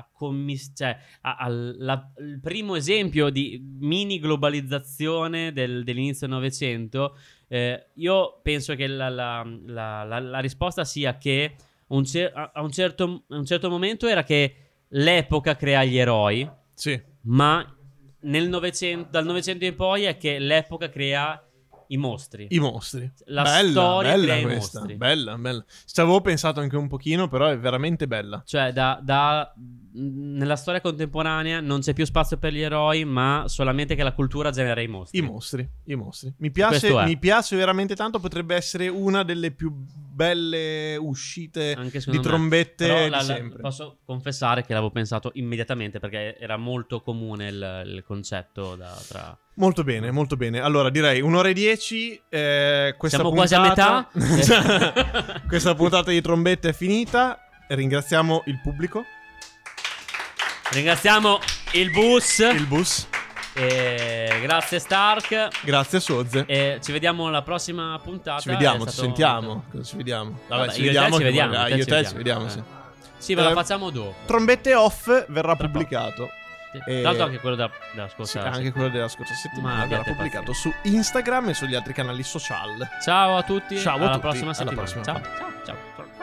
primo esempio di mini globalizzazione dell'inizio del Novecento. Io penso che la risposta sia che a un certo momento era che l'epoca crea gli eroi, Sì. ma dal Novecento in poi è che l'epoca crea i mostri. I mostri. La storia crea i questa. mostri. Bella. Ci avevo pensato anche un pochino, però è veramente bella. Cioè, nella storia contemporanea non c'è più spazio per gli eroi, ma solamente che la cultura genera i mostri. I mostri. Mi Questo è. piace veramente tanto. Potrebbe essere una delle più belle uscite Anche di secondo me. trombette Però di sempre. posso confessare che l'avevo pensato immediatamente, perché era molto comune il concetto tra... Molto bene, molto bene. Allora, direi 1 ora e 10. Questa Siamo quasi a puntata... metà. Questa puntata di trombette è finita. Ringraziamo il pubblico. Ringraziamo il bus. Il bus. Grazie Stark. Grazie Sozze. E ci vediamo alla prossima puntata. Ci vediamo, È ci stato- sentiamo. Cosa ci vediamo? Vabbè, ci io e te vediamo. ci vediamo, Io e te ci vediamo, eh. sì. Sì, ve la Eh, facciamo dopo. Trombette off verrà Tra poco. pubblicato. Tra l'altro anche quello della Sì, scorsa. anche quello della scorsa settimana Ma verrà abbiate pubblicato su Instagram e sugli altri canali social. Ciao a tutti. Ciao a alla tutti, prossima alla settimana. prossima. Ciao.